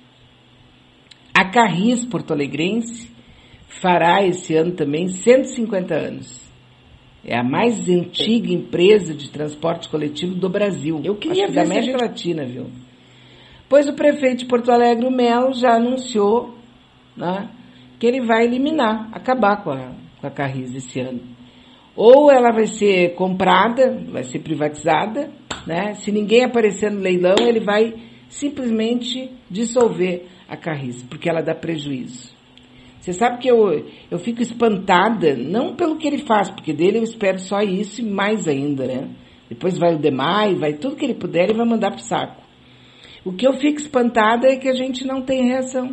S1: A Carris porto-alegrense fará esse ano também 150 anos. É a mais antiga empresa de transporte coletivo do Brasil. Eu queria ver da América Latina, viu? Pois o prefeito de Porto Alegre, o Melo, já anunciou, né, que ele vai acabar com a Carris esse ano. Ou ela vai ser comprada, vai ser privatizada, né? Se ninguém aparecer no leilão, ele vai simplesmente dissolver a Carris, porque ela dá prejuízo. Você sabe que eu fico espantada, não pelo que ele faz, porque dele eu espero só isso e mais ainda, né? Depois vai o DEMAI, vai tudo que ele puder, ele vai mandar pro saco. O que eu fico espantada é que a gente não tem reação.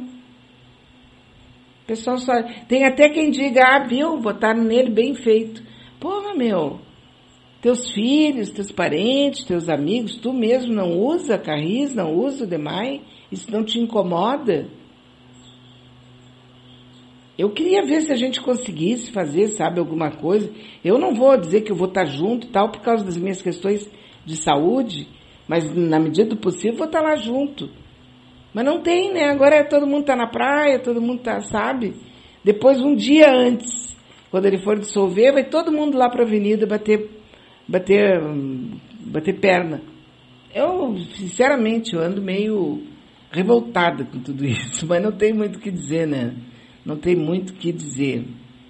S1: O pessoal só... Tem até quem diga, viu, botaram nele bem feito. Porra, meu, teus filhos, teus parentes, teus amigos, tu mesmo não usa a Carris, não usa o DEMAI? Isso não te incomoda? Eu queria ver se a gente conseguisse fazer, sabe, alguma coisa. Eu não vou dizer que eu vou estar junto e tal, por causa das minhas questões de saúde, mas na medida do possível vou estar lá junto. Mas não tem, né? Agora todo mundo tá na praia, todo mundo tá, sabe? Depois, um dia antes, quando ele for dissolver, vai todo mundo lá pra avenida bater perna. Eu, sinceramente, eu ando meio revoltada com tudo isso, mas não tem muito o que dizer, né? Não tem muito o que dizer.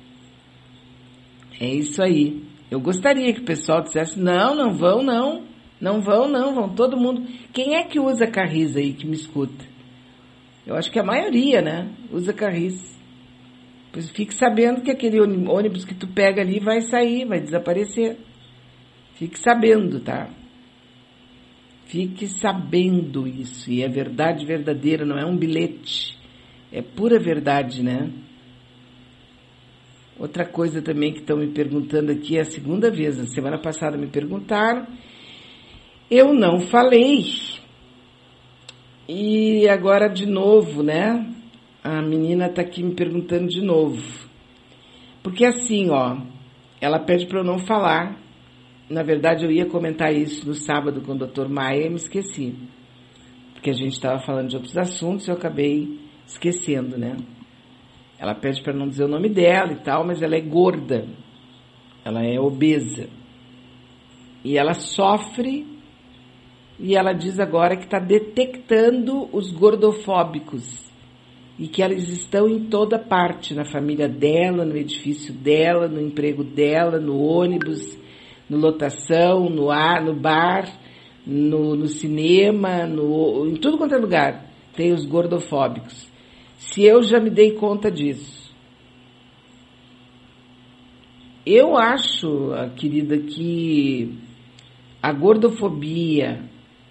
S1: É isso aí. Eu gostaria que o pessoal dissesse, não vão, não. Não vão, vão todo mundo. Quem é que usa Carris aí, que me escuta? Eu acho que a maioria, né? Usa Carris. Pois fique sabendo que aquele ônibus que tu pega ali vai sair, vai desaparecer. Fique sabendo, tá? Fique sabendo isso. E é verdade verdadeira, não é um bilhete. É pura verdade, né? Outra coisa também que estão me perguntando aqui, é a segunda vez. Na semana passada me perguntaram. Eu não falei. E agora de novo, né? A menina está aqui me perguntando de novo. Porque assim, ó, ela pede para eu não falar. Na verdade, eu ia comentar isso no sábado com o Dr. Maia e me esqueci. Porque a gente estava falando de outros assuntos e eu acabei esquecendo, né? Ela pede para não dizer o nome dela e tal, mas ela é gorda. Ela é obesa. E ela sofre, e ela diz agora que está detectando os gordofóbicos. E que eles estão em toda parte, na família dela, no edifício dela, no emprego dela, no ônibus, no lotação, no bar, no cinema, em tudo quanto é lugar, tem os gordofóbicos. Se eu já me dei conta disso. Eu acho, querida, que a gordofobia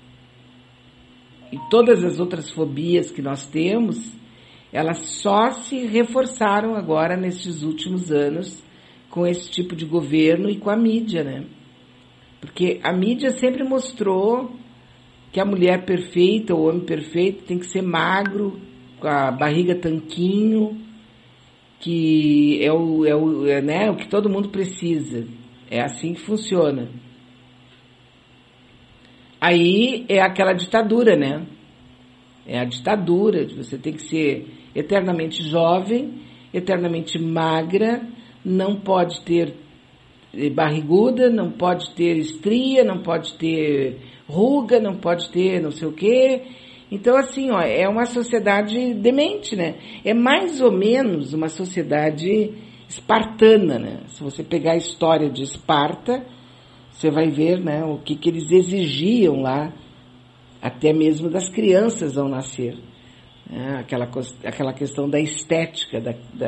S1: e todas as outras fobias que nós temos, elas só se reforçaram agora nesses últimos anos com esse tipo de governo e com a mídia, né? Porque a mídia sempre mostrou que a mulher perfeita, o homem perfeito, tem que ser magro, com a barriga tanquinho, que é o que todo mundo precisa. É assim que funciona. Aí é aquela ditadura, né? É a ditadura de você tem que ser eternamente jovem, eternamente magra, não pode ter barriguda, não pode ter estria, não pode ter ruga, não pode ter não sei o quê. Então, assim, ó, é uma sociedade demente, né? É mais ou menos uma sociedade espartana, né? Se você pegar a história de Esparta, você vai ver, né, o que eles exigiam lá, até mesmo das crianças ao nascer. Aquela questão da estética,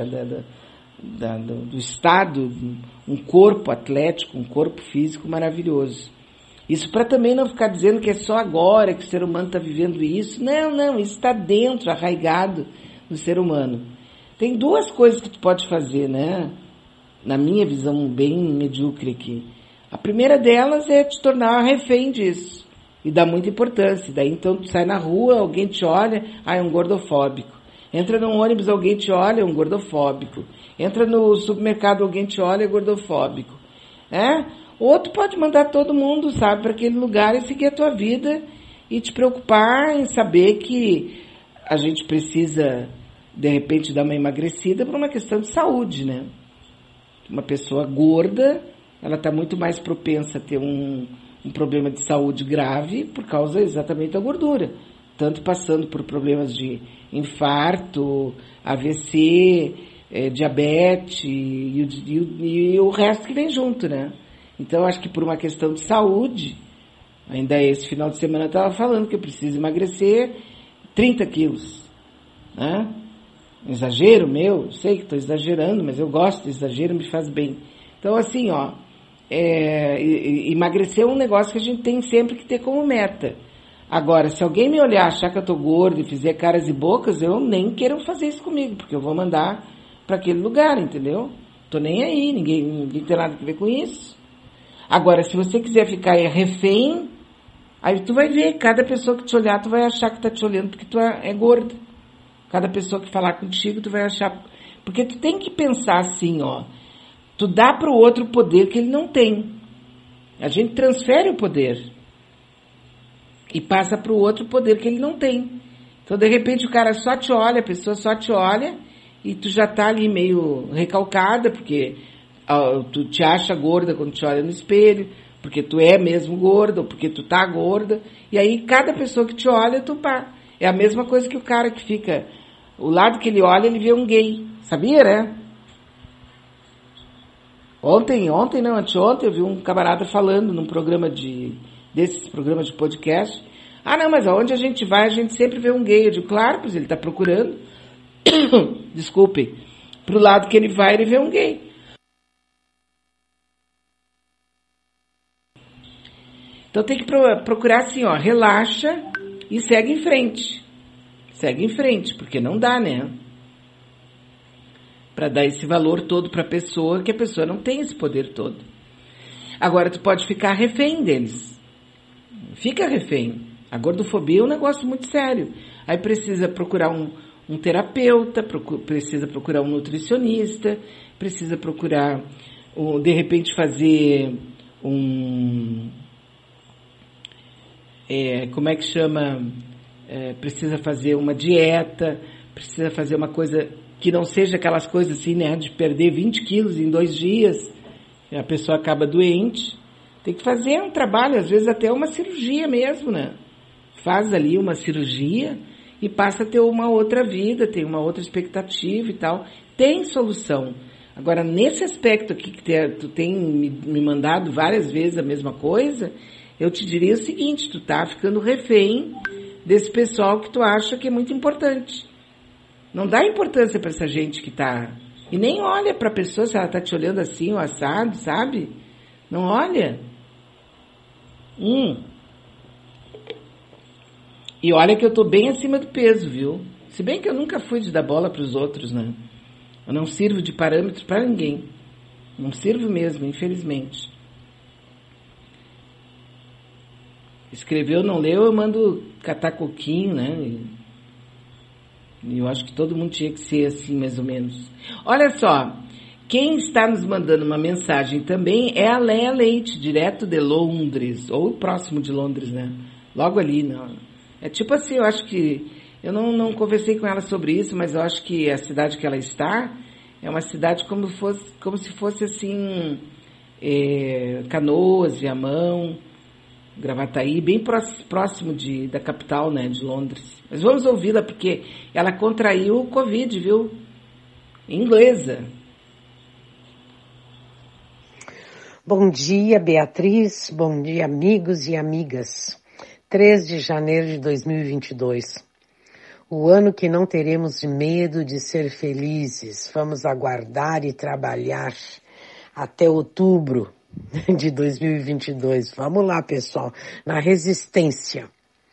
S1: do estado, um corpo atlético, um corpo físico maravilhoso. Isso para também não ficar dizendo que é só agora que o ser humano está vivendo isso. Não, isso está dentro, arraigado no ser humano. Tem duas coisas que tu pode fazer, né? Na minha visão bem medíocre aqui. A primeira delas é te tornar refém disso. E dá muita importância. Daí então tu sai na rua, alguém te olha, é um gordofóbico. Entra num ônibus, alguém te olha, é um gordofóbico. Entra no supermercado, alguém te olha, é gordofóbico. Outro pode mandar todo mundo, sabe, para aquele lugar e seguir a tua vida e te preocupar em saber que a gente precisa, de repente, dar uma emagrecida por uma questão de saúde, né? Uma pessoa gorda, ela está muito mais propensa a ter um problema de saúde grave por causa exatamente da gordura. Tanto passando por problemas de infarto, AVC, diabetes e o resto que vem junto, né? Então, acho que por uma questão de saúde, ainda esse final de semana eu estava falando que eu preciso emagrecer 30 quilos. Né? Um exagero meu, eu sei que estou exagerando, mas eu gosto de exagero, me faz bem. Então, assim, ó, emagrecer é um negócio que a gente tem sempre que ter como meta. Agora, se alguém me olhar, achar que eu estou gordo e fizer caras e bocas, eu nem quero fazer isso comigo, porque eu vou mandar para aquele lugar, entendeu? Tô nem aí, ninguém tem nada a ver com isso. Agora, se você quiser ficar refém, aí tu vai ver, cada pessoa que te olhar, tu vai achar que tá te olhando porque tu é gorda. Cada pessoa que falar contigo, tu vai achar... Porque tu tem que pensar assim, ó, tu dá pro outro o poder que ele não tem. A gente transfere o poder e passa pro outro o poder que ele não tem. Então, de repente, o cara só te olha, a pessoa só te olha, e tu já tá ali meio recalcada, porque tu te acha gorda quando te olha no espelho, porque tu é mesmo gorda, ou porque tu tá gorda, e aí cada pessoa que te olha, tu pá. É a mesma coisa que o cara que fica, o lado que ele olha, ele vê um gay, sabia, né? Anteontem, eu vi um camarada falando num programa desses programas de podcast. Ah, não, mas aonde a gente vai, a gente sempre vê um gay. Eu digo, claro, pois ele tá procurando, desculpem, pro lado que ele vai, ele vê um gay. Então tem que procurar assim, ó, relaxa e segue em frente. Segue em frente, porque não dá, né? Para dar esse valor todo para a pessoa, que a pessoa não tem esse poder todo. Agora, tu pode ficar refém deles. Fica refém. A gordofobia é um negócio muito sério. Aí precisa procurar um terapeuta, precisa procurar um nutricionista, precisa procurar, de repente, fazer como é que chama? Precisa fazer uma dieta, precisa fazer uma coisa que não seja aquelas coisas assim, né, de perder 20 quilos em 2 dias, e a pessoa acaba doente. Tem que fazer um trabalho, às vezes até uma cirurgia mesmo, né? Faz ali uma cirurgia e passa a ter uma outra vida, tem uma outra expectativa e tal. Tem solução. Agora, nesse aspecto aqui que tu tem me mandado várias vezes a mesma coisa, eu te diria o seguinte, tu tá ficando refém desse pessoal que tu acha que é muito importante. Não dá importância para essa gente que tá... E nem olha para a pessoa se ela tá te olhando assim, ou assado, sabe? Não olha. E olha que eu tô bem acima do peso, viu? Se bem que eu nunca fui de dar bola para os outros, né? Eu não sirvo de parâmetro para ninguém. Não sirvo mesmo, infelizmente. Escreveu, não leu, eu mando catar coquinho, né? E eu acho que todo mundo tinha que ser assim, mais ou menos. Olha só, quem está nos mandando uma mensagem também é a Léa Leite, direto de Londres, ou próximo de Londres, né? Logo ali, não. É tipo assim, eu acho que... Eu não conversei com ela sobre isso, mas eu acho que a cidade que ela está é uma cidade como se fosse assim, Canoas, Viamão, Gravataí, bem próximo da capital, né, de Londres. Mas vamos ouvi-la, porque ela contraiu o Covid, viu? Inglesa.
S9: Bom dia, Beatriz. Bom dia, amigos e amigas. 3 de janeiro de 2022. O ano que não teremos medo de ser felizes. Vamos aguardar e trabalhar até outubro de 2022. Vamos lá, pessoal, na resistência.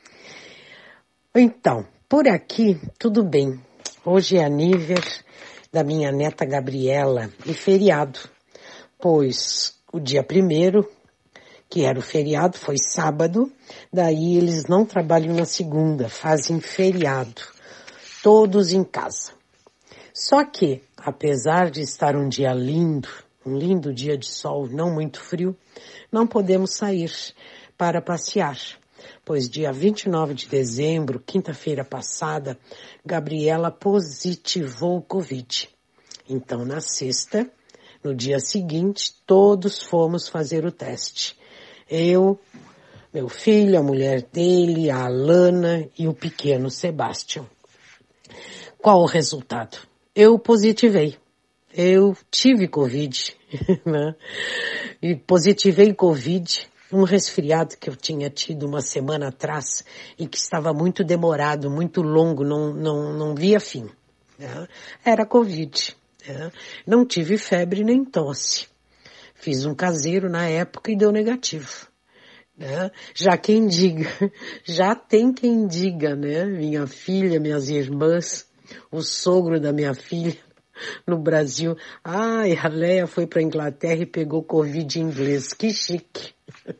S9: Então, por aqui, tudo bem. Hoje é aniversário da minha neta Gabriela e feriado, pois o dia 1º, que era o feriado, foi sábado, daí eles não trabalham na segunda, fazem feriado, todos em casa. Só que, apesar de estar um dia lindo, um lindo dia de sol, não muito frio, não podemos sair para passear, pois dia 29 de dezembro, quinta-feira passada, Gabriela positivou Covid. Então, na sexta, no dia seguinte, todos fomos fazer o teste. Eu, meu filho, a mulher dele, a Alana e o pequeno Sebastião. Qual o resultado? Eu positivei. Eu tive Covid, né? E positivei Covid, um resfriado que eu tinha tido uma semana atrás e que estava muito demorado, muito longo, não via fim, né? Era Covid, né? Não tive febre nem tosse. Fiz um caseiro na época e deu negativo, né? Já tem quem diga, né? Minha filha, minhas irmãs, o sogro da minha filha, no Brasil, a Léa foi para a Inglaterra e pegou Covid inglês, que chique.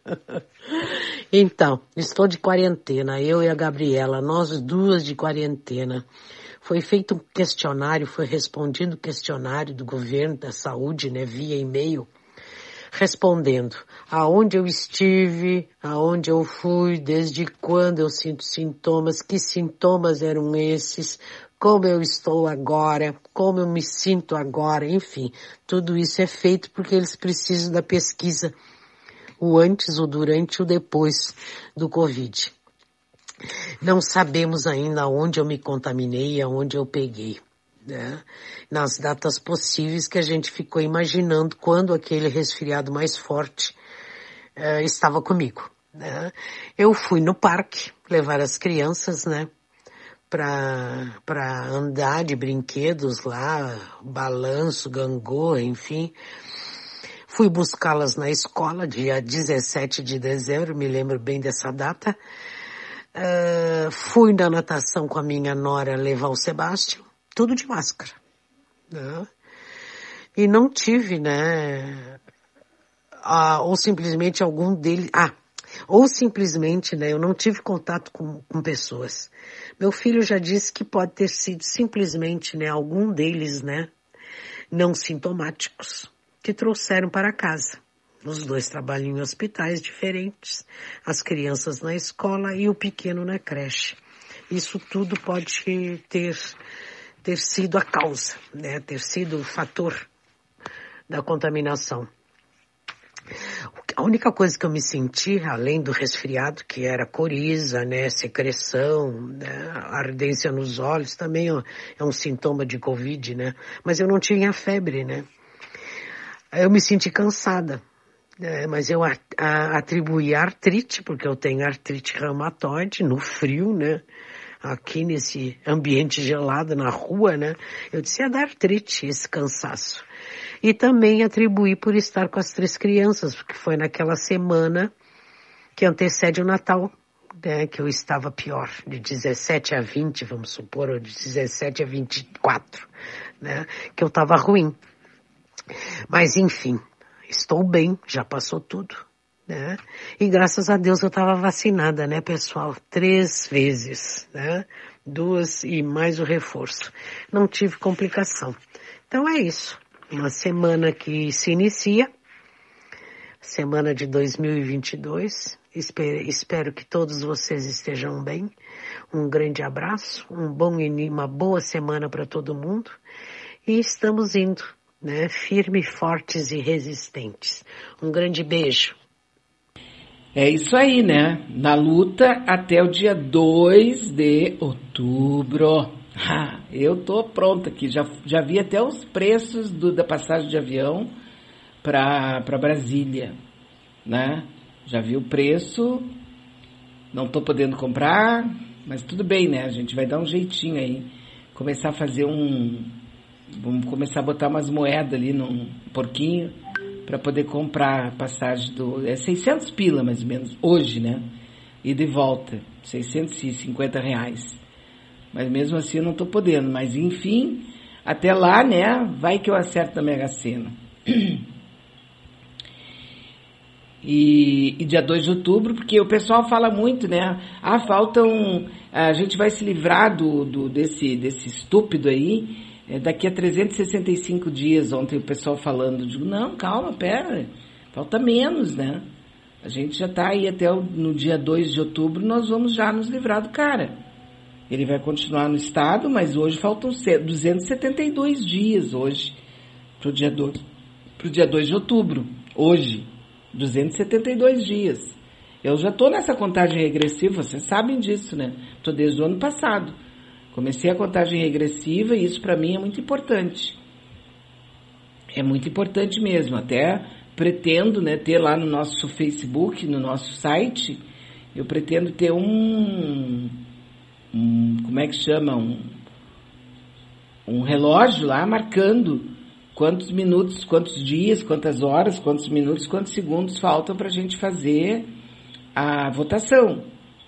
S9: Então, estou de quarentena, eu e a Gabriela, nós duas de quarentena. Foi feito um questionário, foi respondido o questionário do governo da saúde, né, via e-mail. respondendo aonde eu estive, aonde eu fui, desde quando eu sinto sintomas, que sintomas eram esses, como eu estou agora, como eu me sinto agora, enfim, tudo isso é feito porque eles precisam da pesquisa, o antes, o durante e o depois do Covid. Não sabemos ainda onde eu me contaminei e aonde eu peguei, né? Nas datas possíveis que a gente ficou imaginando quando aquele resfriado mais forte estava comigo, né? Eu fui no parque levar as crianças, né? Para andar de brinquedos lá, balanço, gangorra, enfim. Fui buscá-las na escola, dia 17 de dezembro, me lembro bem dessa data. Fui na natação com a minha nora levar o Sebastião, tudo de máscara, né? E não tive, né, ou simplesmente algum deles, ou simplesmente, né, eu não tive contato com pessoas. Meu filho já disse que pode ter sido simplesmente, né, algum deles, né, não sintomáticos, que trouxeram para casa. Os dois trabalham em hospitais diferentes, as crianças na escola e o pequeno na creche. Isso tudo pode ter sido a causa, né, ter sido o fator da contaminação. A única coisa que eu me senti, além do resfriado, que era coriza, né, secreção, né, ardência nos olhos, também é um sintoma de Covid, né, mas eu não tinha febre, né. Eu me senti cansada, né, mas eu atribuí a artrite, porque eu tenho artrite reumatoide no frio, né, aqui nesse ambiente gelado na rua, né, eu disse, é da artrite esse cansaço. E também atribuí por estar com as 3 crianças, porque foi naquela semana que antecede o Natal, né, que eu estava pior, de 17 a 20, vamos supor, ou de 17 a 24, né, que eu estava ruim. Mas enfim, estou bem, já passou tudo, né, e graças a Deus eu estava vacinada, né, pessoal, 3 vezes, né, 2 e mais o reforço. Não tive complicação. Então é isso. Uma semana que se inicia, semana de 2022. Espero que todos vocês estejam bem. Um grande abraço, uma boa semana para todo mundo. E estamos indo, né, firmes, fortes e resistentes. Um grande beijo.
S1: É isso aí, né? Na luta até o dia 2 de outubro. Eu tô pronta aqui, já vi até os preços da passagem de avião para Brasília, né? Já vi o preço, não tô podendo comprar, mas tudo bem, né? A gente vai dar um jeitinho aí, começar a fazer vamos começar a botar umas moedas ali num porquinho para poder comprar a passagem 600 pila mais ou menos, hoje, né? E de volta, R$650. Mas mesmo assim eu não estou podendo. Mas enfim, até lá, né? Vai que eu acerto na Mega Sena. E dia 2 de outubro, porque o pessoal fala muito, né? A gente vai se livrar desse estúpido aí daqui a 365 dias. Ontem o pessoal falando, digo, não, calma, pera, falta menos, né? A gente já está aí até no dia 2 de outubro, nós vamos já nos livrar do cara. Ele vai continuar no estado, mas hoje faltam 272 dias hoje para o dia 2 de outubro. Hoje, 272 dias. Eu já estou nessa contagem regressiva, vocês sabem disso, né? Estou desde o ano passado. Comecei a contagem regressiva e isso para mim é muito importante. É muito importante mesmo. Até pretendo, né, ter lá no nosso Facebook, no nosso site, eu pretendo ter como é que chama? Um relógio lá marcando quantos minutos, quantos dias, quantas horas, quantos minutos, quantos segundos faltam para a gente fazer a votação.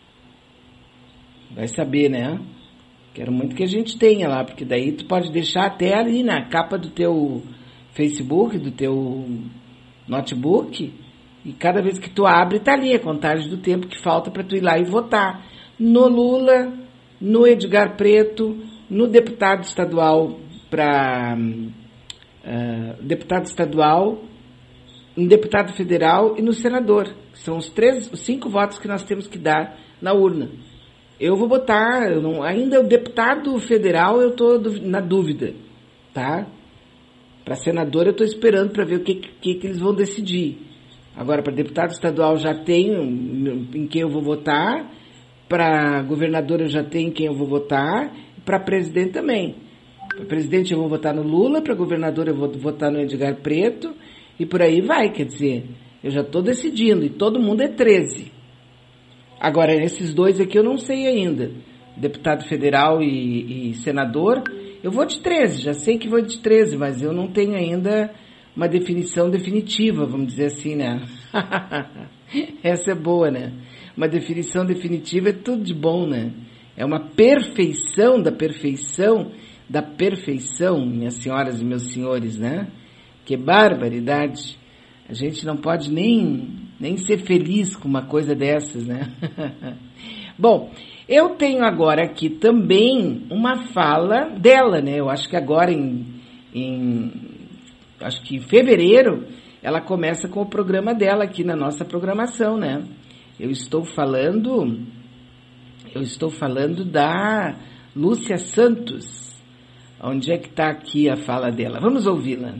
S1: Vai saber, né? Quero muito que a gente tenha lá, porque daí tu pode deixar até ali na capa do teu Facebook, do teu notebook, e cada vez que tu abre, tá ali a contagem do tempo que falta para tu ir lá e votar no Lula, no Edgar Preto, no deputado estadual no deputado federal e no senador. São os 5 votos que nós temos que dar na urna. Eu vou botar, ainda o deputado federal eu estou na dúvida, tá? Para senador eu estou esperando para ver o que eles vão decidir. Agora, para deputado estadual já tenho em quem eu vou votar, para governador eu já tenho em quem eu vou votar, para presidente também. Para presidente eu vou votar no Lula, para governador eu vou votar no Edgar Preto, e por aí vai, quer dizer, eu já estou decidindo, e todo mundo é 13. Agora, esses 2 aqui eu não sei ainda, deputado federal e senador, eu vou de 13, já sei que vou de 13, mas eu não tenho ainda uma definição definitiva, vamos dizer assim, né? Essa é boa, né? Uma definição definitiva é tudo de bom, né? É uma perfeição da perfeição, minhas senhoras e meus senhores, né? Que barbaridade! A gente não pode nem ser feliz com uma coisa dessas, né? Bom, eu tenho agora aqui também uma fala dela, né? Eu acho que agora acho que em fevereiro ela começa com o programa dela aqui na nossa programação, né? Eu estou falando da Lúcia Santos. Onde é que está aqui a fala dela? Vamos ouvi-la.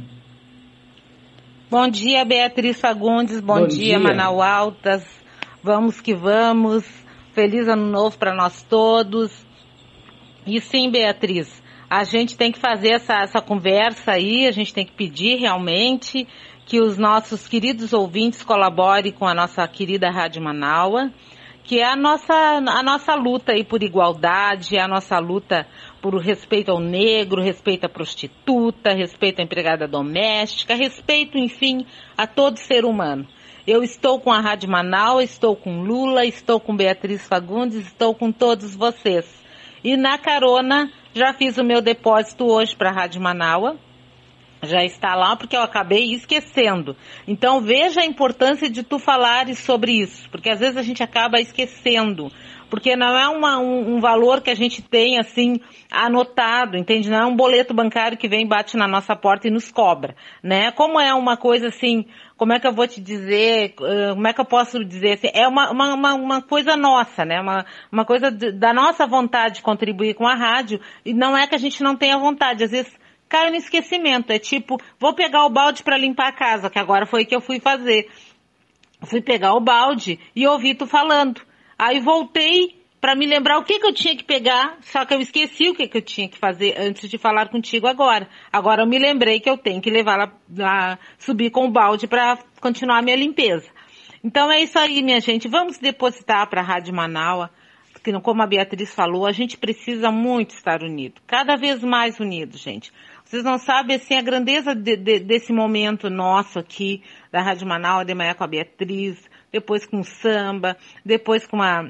S10: Bom dia, Beatriz Fagundes. Bom dia, Manaus Altas. Vamos que vamos. Feliz ano novo para nós todos. E sim, Beatriz, a gente tem que fazer essa conversa aí, a gente tem que pedir realmente que os nossos queridos ouvintes colaborem com a nossa querida Rádio Manaus, que é a nossa luta aí por igualdade, a nossa luta por respeito ao negro, respeito à prostituta, respeito à empregada doméstica, respeito, enfim, a todo ser humano. Eu estou com a Rádio Manaus, estou com Lula, estou com Beatriz Fagundes, estou com todos vocês. E na carona, já fiz o meu depósito hoje para a Rádio Manaus. Já está lá porque eu acabei esquecendo. Então veja a importância de tu falares sobre isso, porque às vezes a gente acaba esquecendo, porque não é um valor que a gente tem assim anotado, entende? Não é um boleto bancário que vem, bate na nossa porta e nos cobra, né? Como é uma coisa assim, como é que eu vou te dizer, como é que eu posso dizer assim, é uma coisa nossa, né? Uma coisa da nossa vontade de contribuir com a rádio, e não é que a gente não tenha vontade, às vezes cai no esquecimento, é tipo, vou pegar o balde para limpar a casa, que agora foi o que eu fui fazer. Fui pegar o balde e ouvi tu falando. Aí voltei para me lembrar o que eu tinha que pegar, só que eu esqueci o que eu tinha que fazer antes de falar contigo agora. Agora eu me lembrei que eu tenho que levar lá, subir com o balde para continuar a minha limpeza. Então é isso aí, minha gente. Vamos depositar para a Rádio Manaus, que como a Beatriz falou, a gente precisa muito estar unido, cada vez mais unido, gente. Vocês não sabem, assim, a grandeza desse momento nosso aqui, da Rádio Manaus, de manhã com a Beatriz, depois com o samba, depois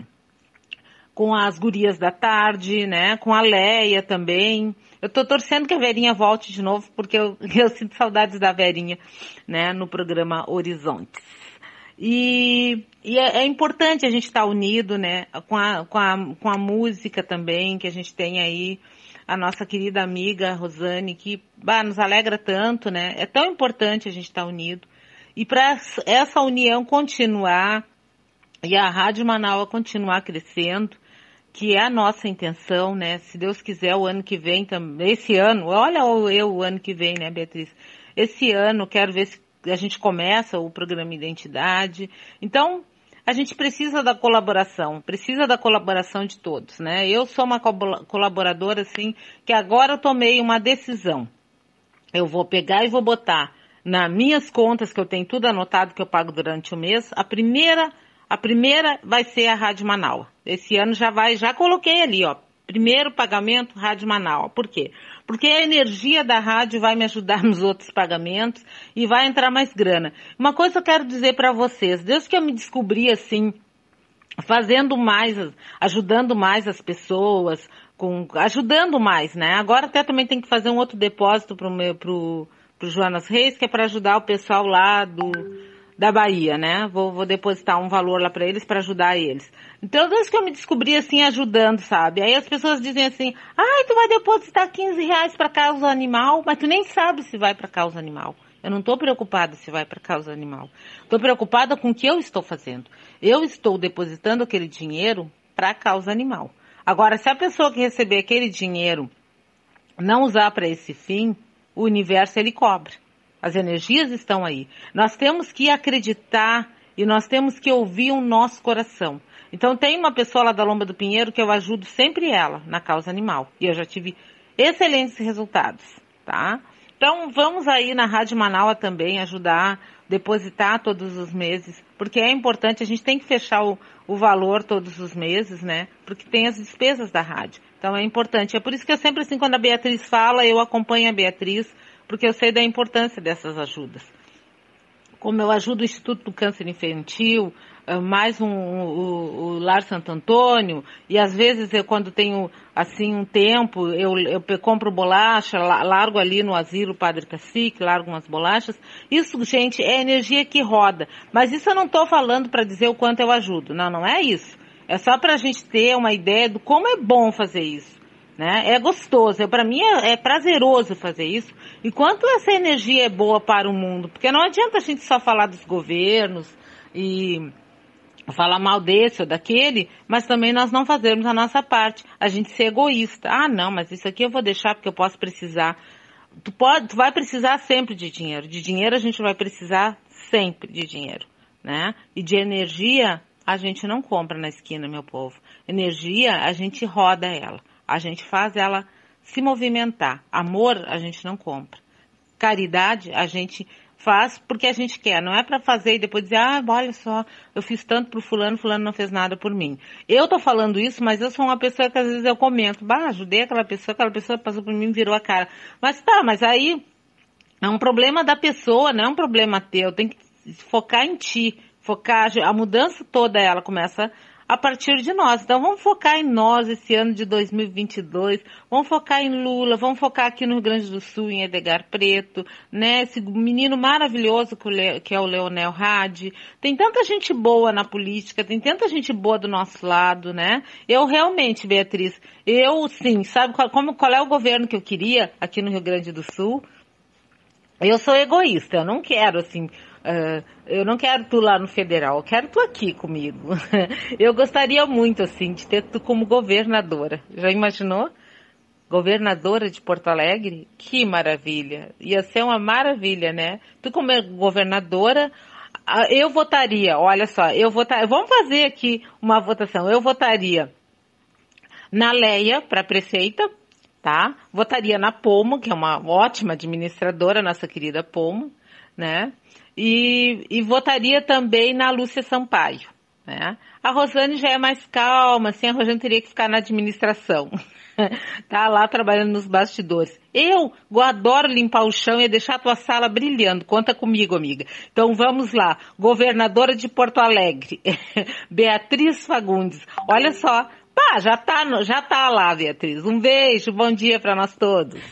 S10: com as gurias da tarde, né, com a Leia também. Eu tô torcendo que a Verinha volte de novo, porque eu sinto saudades da Verinha, né, no programa Horizontes. E é importante a gente estar unido, né, com a música também, que a gente tem aí, a nossa querida amiga Rosane, que nos alegra tanto, né? É tão importante a gente estar unido. E para essa união continuar, e a Rádio Manaus continuar crescendo, que é a nossa intenção, né? Se Deus quiser, o ano que vem também, esse ano, olha o ano que vem, né, Beatriz? Esse ano, quero ver se a gente começa o programa Identidade. Então, a gente precisa da colaboração de todos, né? Eu sou uma colaboradora, assim, que agora eu tomei uma decisão. Eu vou pegar e vou botar nas minhas contas, que eu tenho tudo anotado, que eu pago durante o mês, a primeira vai ser a Rádio Manaus. Esse ano já coloquei ali, ó, primeiro pagamento, Rádio Manaus. Por quê? Porque a energia da rádio vai me ajudar nos outros pagamentos e vai entrar mais grana. Uma coisa eu quero dizer para vocês, desde que eu me descobri assim, fazendo mais, ajudando mais as pessoas, ajudando mais, né? Agora até também tem que fazer um outro depósito pro Jonas Reis, que é para ajudar o pessoal lá da Bahia, né? Vou depositar um valor lá para eles, para ajudar eles. Então, desde que eu me descobri assim, ajudando, sabe? Aí as pessoas dizem assim, tu vai depositar R$15 para causa animal, mas tu nem sabe se vai para causa animal. Eu não estou preocupada se vai para causa animal. Estou preocupada com o que eu estou fazendo. Eu estou depositando aquele dinheiro para a causa animal. Agora, se a pessoa que receber aquele dinheiro não usar para esse fim, o universo ele cobra. As energias estão aí. Nós temos que acreditar e nós temos que ouvir o nosso coração. Então tem uma pessoa lá da Lomba do Pinheiro que eu ajudo sempre ela na causa animal. E eu já tive excelentes resultados, tá? Então vamos aí na Rádio Manaua também ajudar, depositar todos os meses, porque é importante, a gente tem que fechar o valor todos os meses, né? Porque tem as despesas da rádio. Então é importante. É por isso que eu sempre, assim, quando a Beatriz fala, eu acompanho a Beatriz, porque eu sei da importância dessas ajudas. Como eu ajudo o Instituto do Câncer Infantil, mais o Lar Santo Antônio, e às vezes eu, quando tenho assim um tempo, eu compro bolacha, largo ali no asilo Padre Cacique, largo umas bolachas. Isso, gente, é energia que roda. Mas isso eu não estou falando para dizer o quanto eu ajudo. Não é isso. É só para a gente ter uma ideia do como é bom fazer isso. Né? É gostoso, para mim é prazeroso fazer isso. E quanto essa energia é boa para o mundo, porque não adianta a gente só falar dos governos e falar mal desse ou daquele, mas também nós não fazermos a nossa parte, a gente ser egoísta. Ah, não, mas isso aqui eu vou deixar porque eu posso precisar. Tu vai precisar sempre de dinheiro a gente vai precisar sempre de dinheiro, né? E de energia a gente não compra na esquina, meu povo. Energia a gente roda ela. A gente faz ela se movimentar. Amor, a gente não compra. Caridade, a gente faz porque a gente quer. Não é para fazer e depois dizer, olha só, eu fiz tanto pro fulano não fez nada por mim. Eu tô falando isso, mas eu sou uma pessoa que às vezes eu comento, ajudei aquela pessoa passou por mim e virou a cara. Mas aí é um problema da pessoa, não é um problema teu. Tem que focar em ti. A mudança toda, ela começa a partir de nós. Então vamos focar em nós esse ano de 2022, vamos focar em Lula, vamos focar aqui no Rio Grande do Sul, em Edgar Preto, né? Esse menino maravilhoso que é o Leonel Hadi. Tem tanta gente boa na política, tem tanta gente boa do nosso lado, né? Eu realmente, Beatriz, sabe qual é o governo que eu queria aqui no Rio Grande do Sul? Eu sou egoísta, eu não quero, assim, eu não quero tu lá no federal, eu quero tu aqui comigo. Eu gostaria muito, assim, de ter tu como governadora. Já imaginou? Governadora de Porto Alegre? Que maravilha! Ia ser uma maravilha, né? Tu como governadora, eu votaria, olha só, vamos fazer aqui uma votação. Eu votaria na Leia para prefeita, tá? Votaria na Pomo, que é uma ótima administradora, nossa querida Pomo, né? E votaria também na Lúcia Sampaio, né? A Rosane já é mais calma, assim, a Rosane teria que ficar na administração, tá lá trabalhando nos bastidores. Eu adoro limpar o chão e deixar a tua sala brilhando, conta comigo, amiga. Então vamos lá, governadora de Porto Alegre, Beatriz Fagundes, olha só, já tá lá, Beatriz. Um beijo, bom dia para nós todos.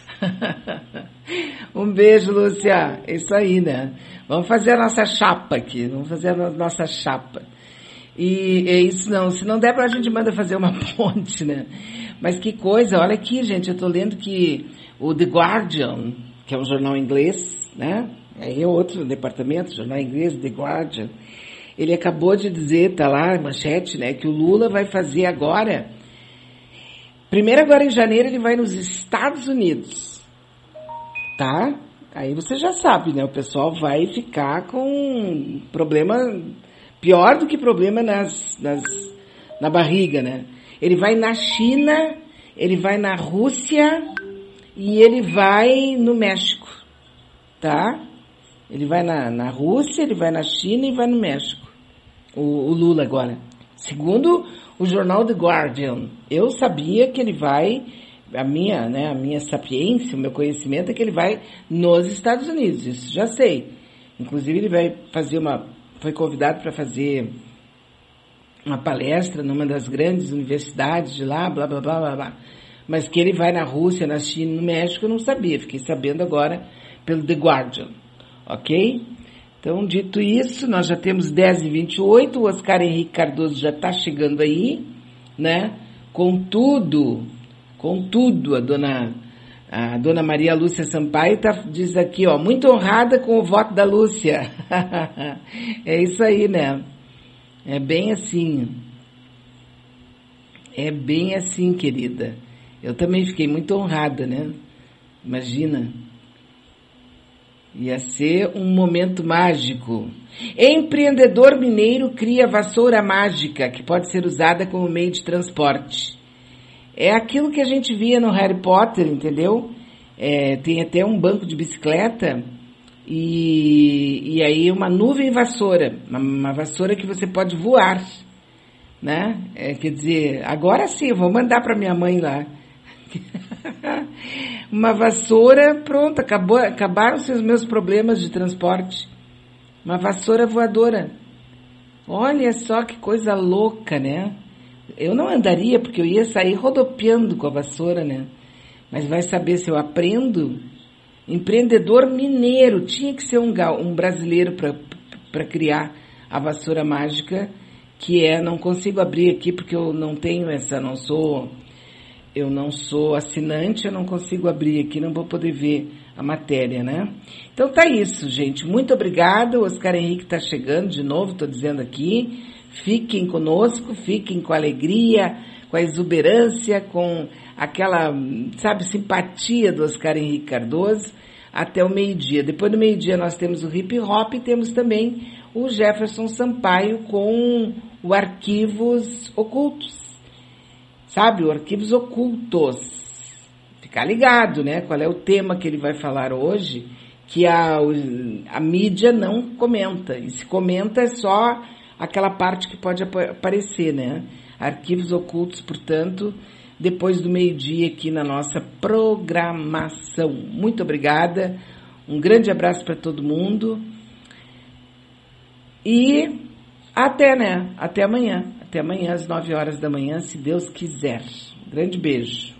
S1: Um beijo, Lúcia. É isso aí, né? Vamos fazer a nossa chapa aqui. Vamos fazer a nossa chapa. E é isso não. Se não der pra gente, manda fazer uma ponte, né? Mas que coisa. Olha aqui, gente. Eu tô lendo que o The Guardian, que é um jornal inglês, né? Aí é outro departamento, jornal inglês, The Guardian. Ele acabou de dizer, tá lá, manchete, né? Que o Lula vai fazer agora. Primeiro, agora em janeiro, ele vai nos Estados Unidos. Tá? Aí você já sabe, né? O pessoal vai ficar com problema pior do que problema na barriga, né? Ele vai na China, ele vai na Rússia e ele vai no México, tá? Ele vai na Rússia, ele vai na China e vai no México. O Lula agora. Segundo o jornal The Guardian, eu sabia que ele vai... A minha sapiência, o meu conhecimento é que ele vai nos Estados Unidos, isso já sei. Inclusive ele vai fazer foi convidado para fazer uma palestra numa das grandes universidades de lá, blá, blá, blá, blá, blá. Mas que ele vai na Rússia, na China, no México, eu não sabia. Fiquei sabendo agora pelo The Guardian, ok? Então, dito isso, nós já temos 10h28, o Oscar Henrique Cardoso já está chegando aí, né? Contudo, a dona A dona Maria Lúcia Sampaio diz aqui, ó, muito honrada com o voto da Lúcia. É isso aí, né? É bem assim. É bem assim, querida. Eu também fiquei muito honrada, né? Imagina. Ia ser um momento mágico. Empreendedor mineiro cria vassoura mágica, que pode ser usada como meio de transporte. É aquilo que a gente via no Harry Potter, entendeu? Tem até um banco de bicicleta e aí uma nuvem vassoura. Uma vassoura que você pode voar, né? Quer dizer, agora sim, eu vou mandar para minha mãe lá. Uma vassoura, pronto, acabaram-se os meus problemas de transporte. Uma vassoura voadora. Olha só que coisa louca, né? Eu não andaria porque eu ia sair rodopiando com a vassoura, né? Mas vai saber se eu aprendo. Empreendedor mineiro, tinha que ser um brasileiro para criar a vassoura mágica, que não consigo abrir aqui porque eu não tenho eu não sou assinante, eu não consigo abrir aqui, não vou poder ver a matéria, né? Então tá isso, gente. Muito obrigada. O Oscar Henrique está chegando de novo, estou dizendo aqui. Fiquem conosco, fiquem com a alegria, com a exuberância, com aquela, simpatia do Oscar Henrique Cardoso até o meio-dia. Depois do meio-dia nós temos o hip hop e temos também o Jefferson Sampaio com o Arquivos Ocultos. O Arquivos Ocultos. Ficar ligado, né? Qual é o tema que ele vai falar hoje, que a mídia não comenta. E se comenta é só aquela parte que pode aparecer, né? Arquivos Ocultos, portanto, depois do meio-dia aqui na nossa programação. Muito obrigada. Um grande abraço para todo mundo. E até, né? Até amanhã. Até amanhã às 9 horas da manhã, se Deus quiser. Grande beijo.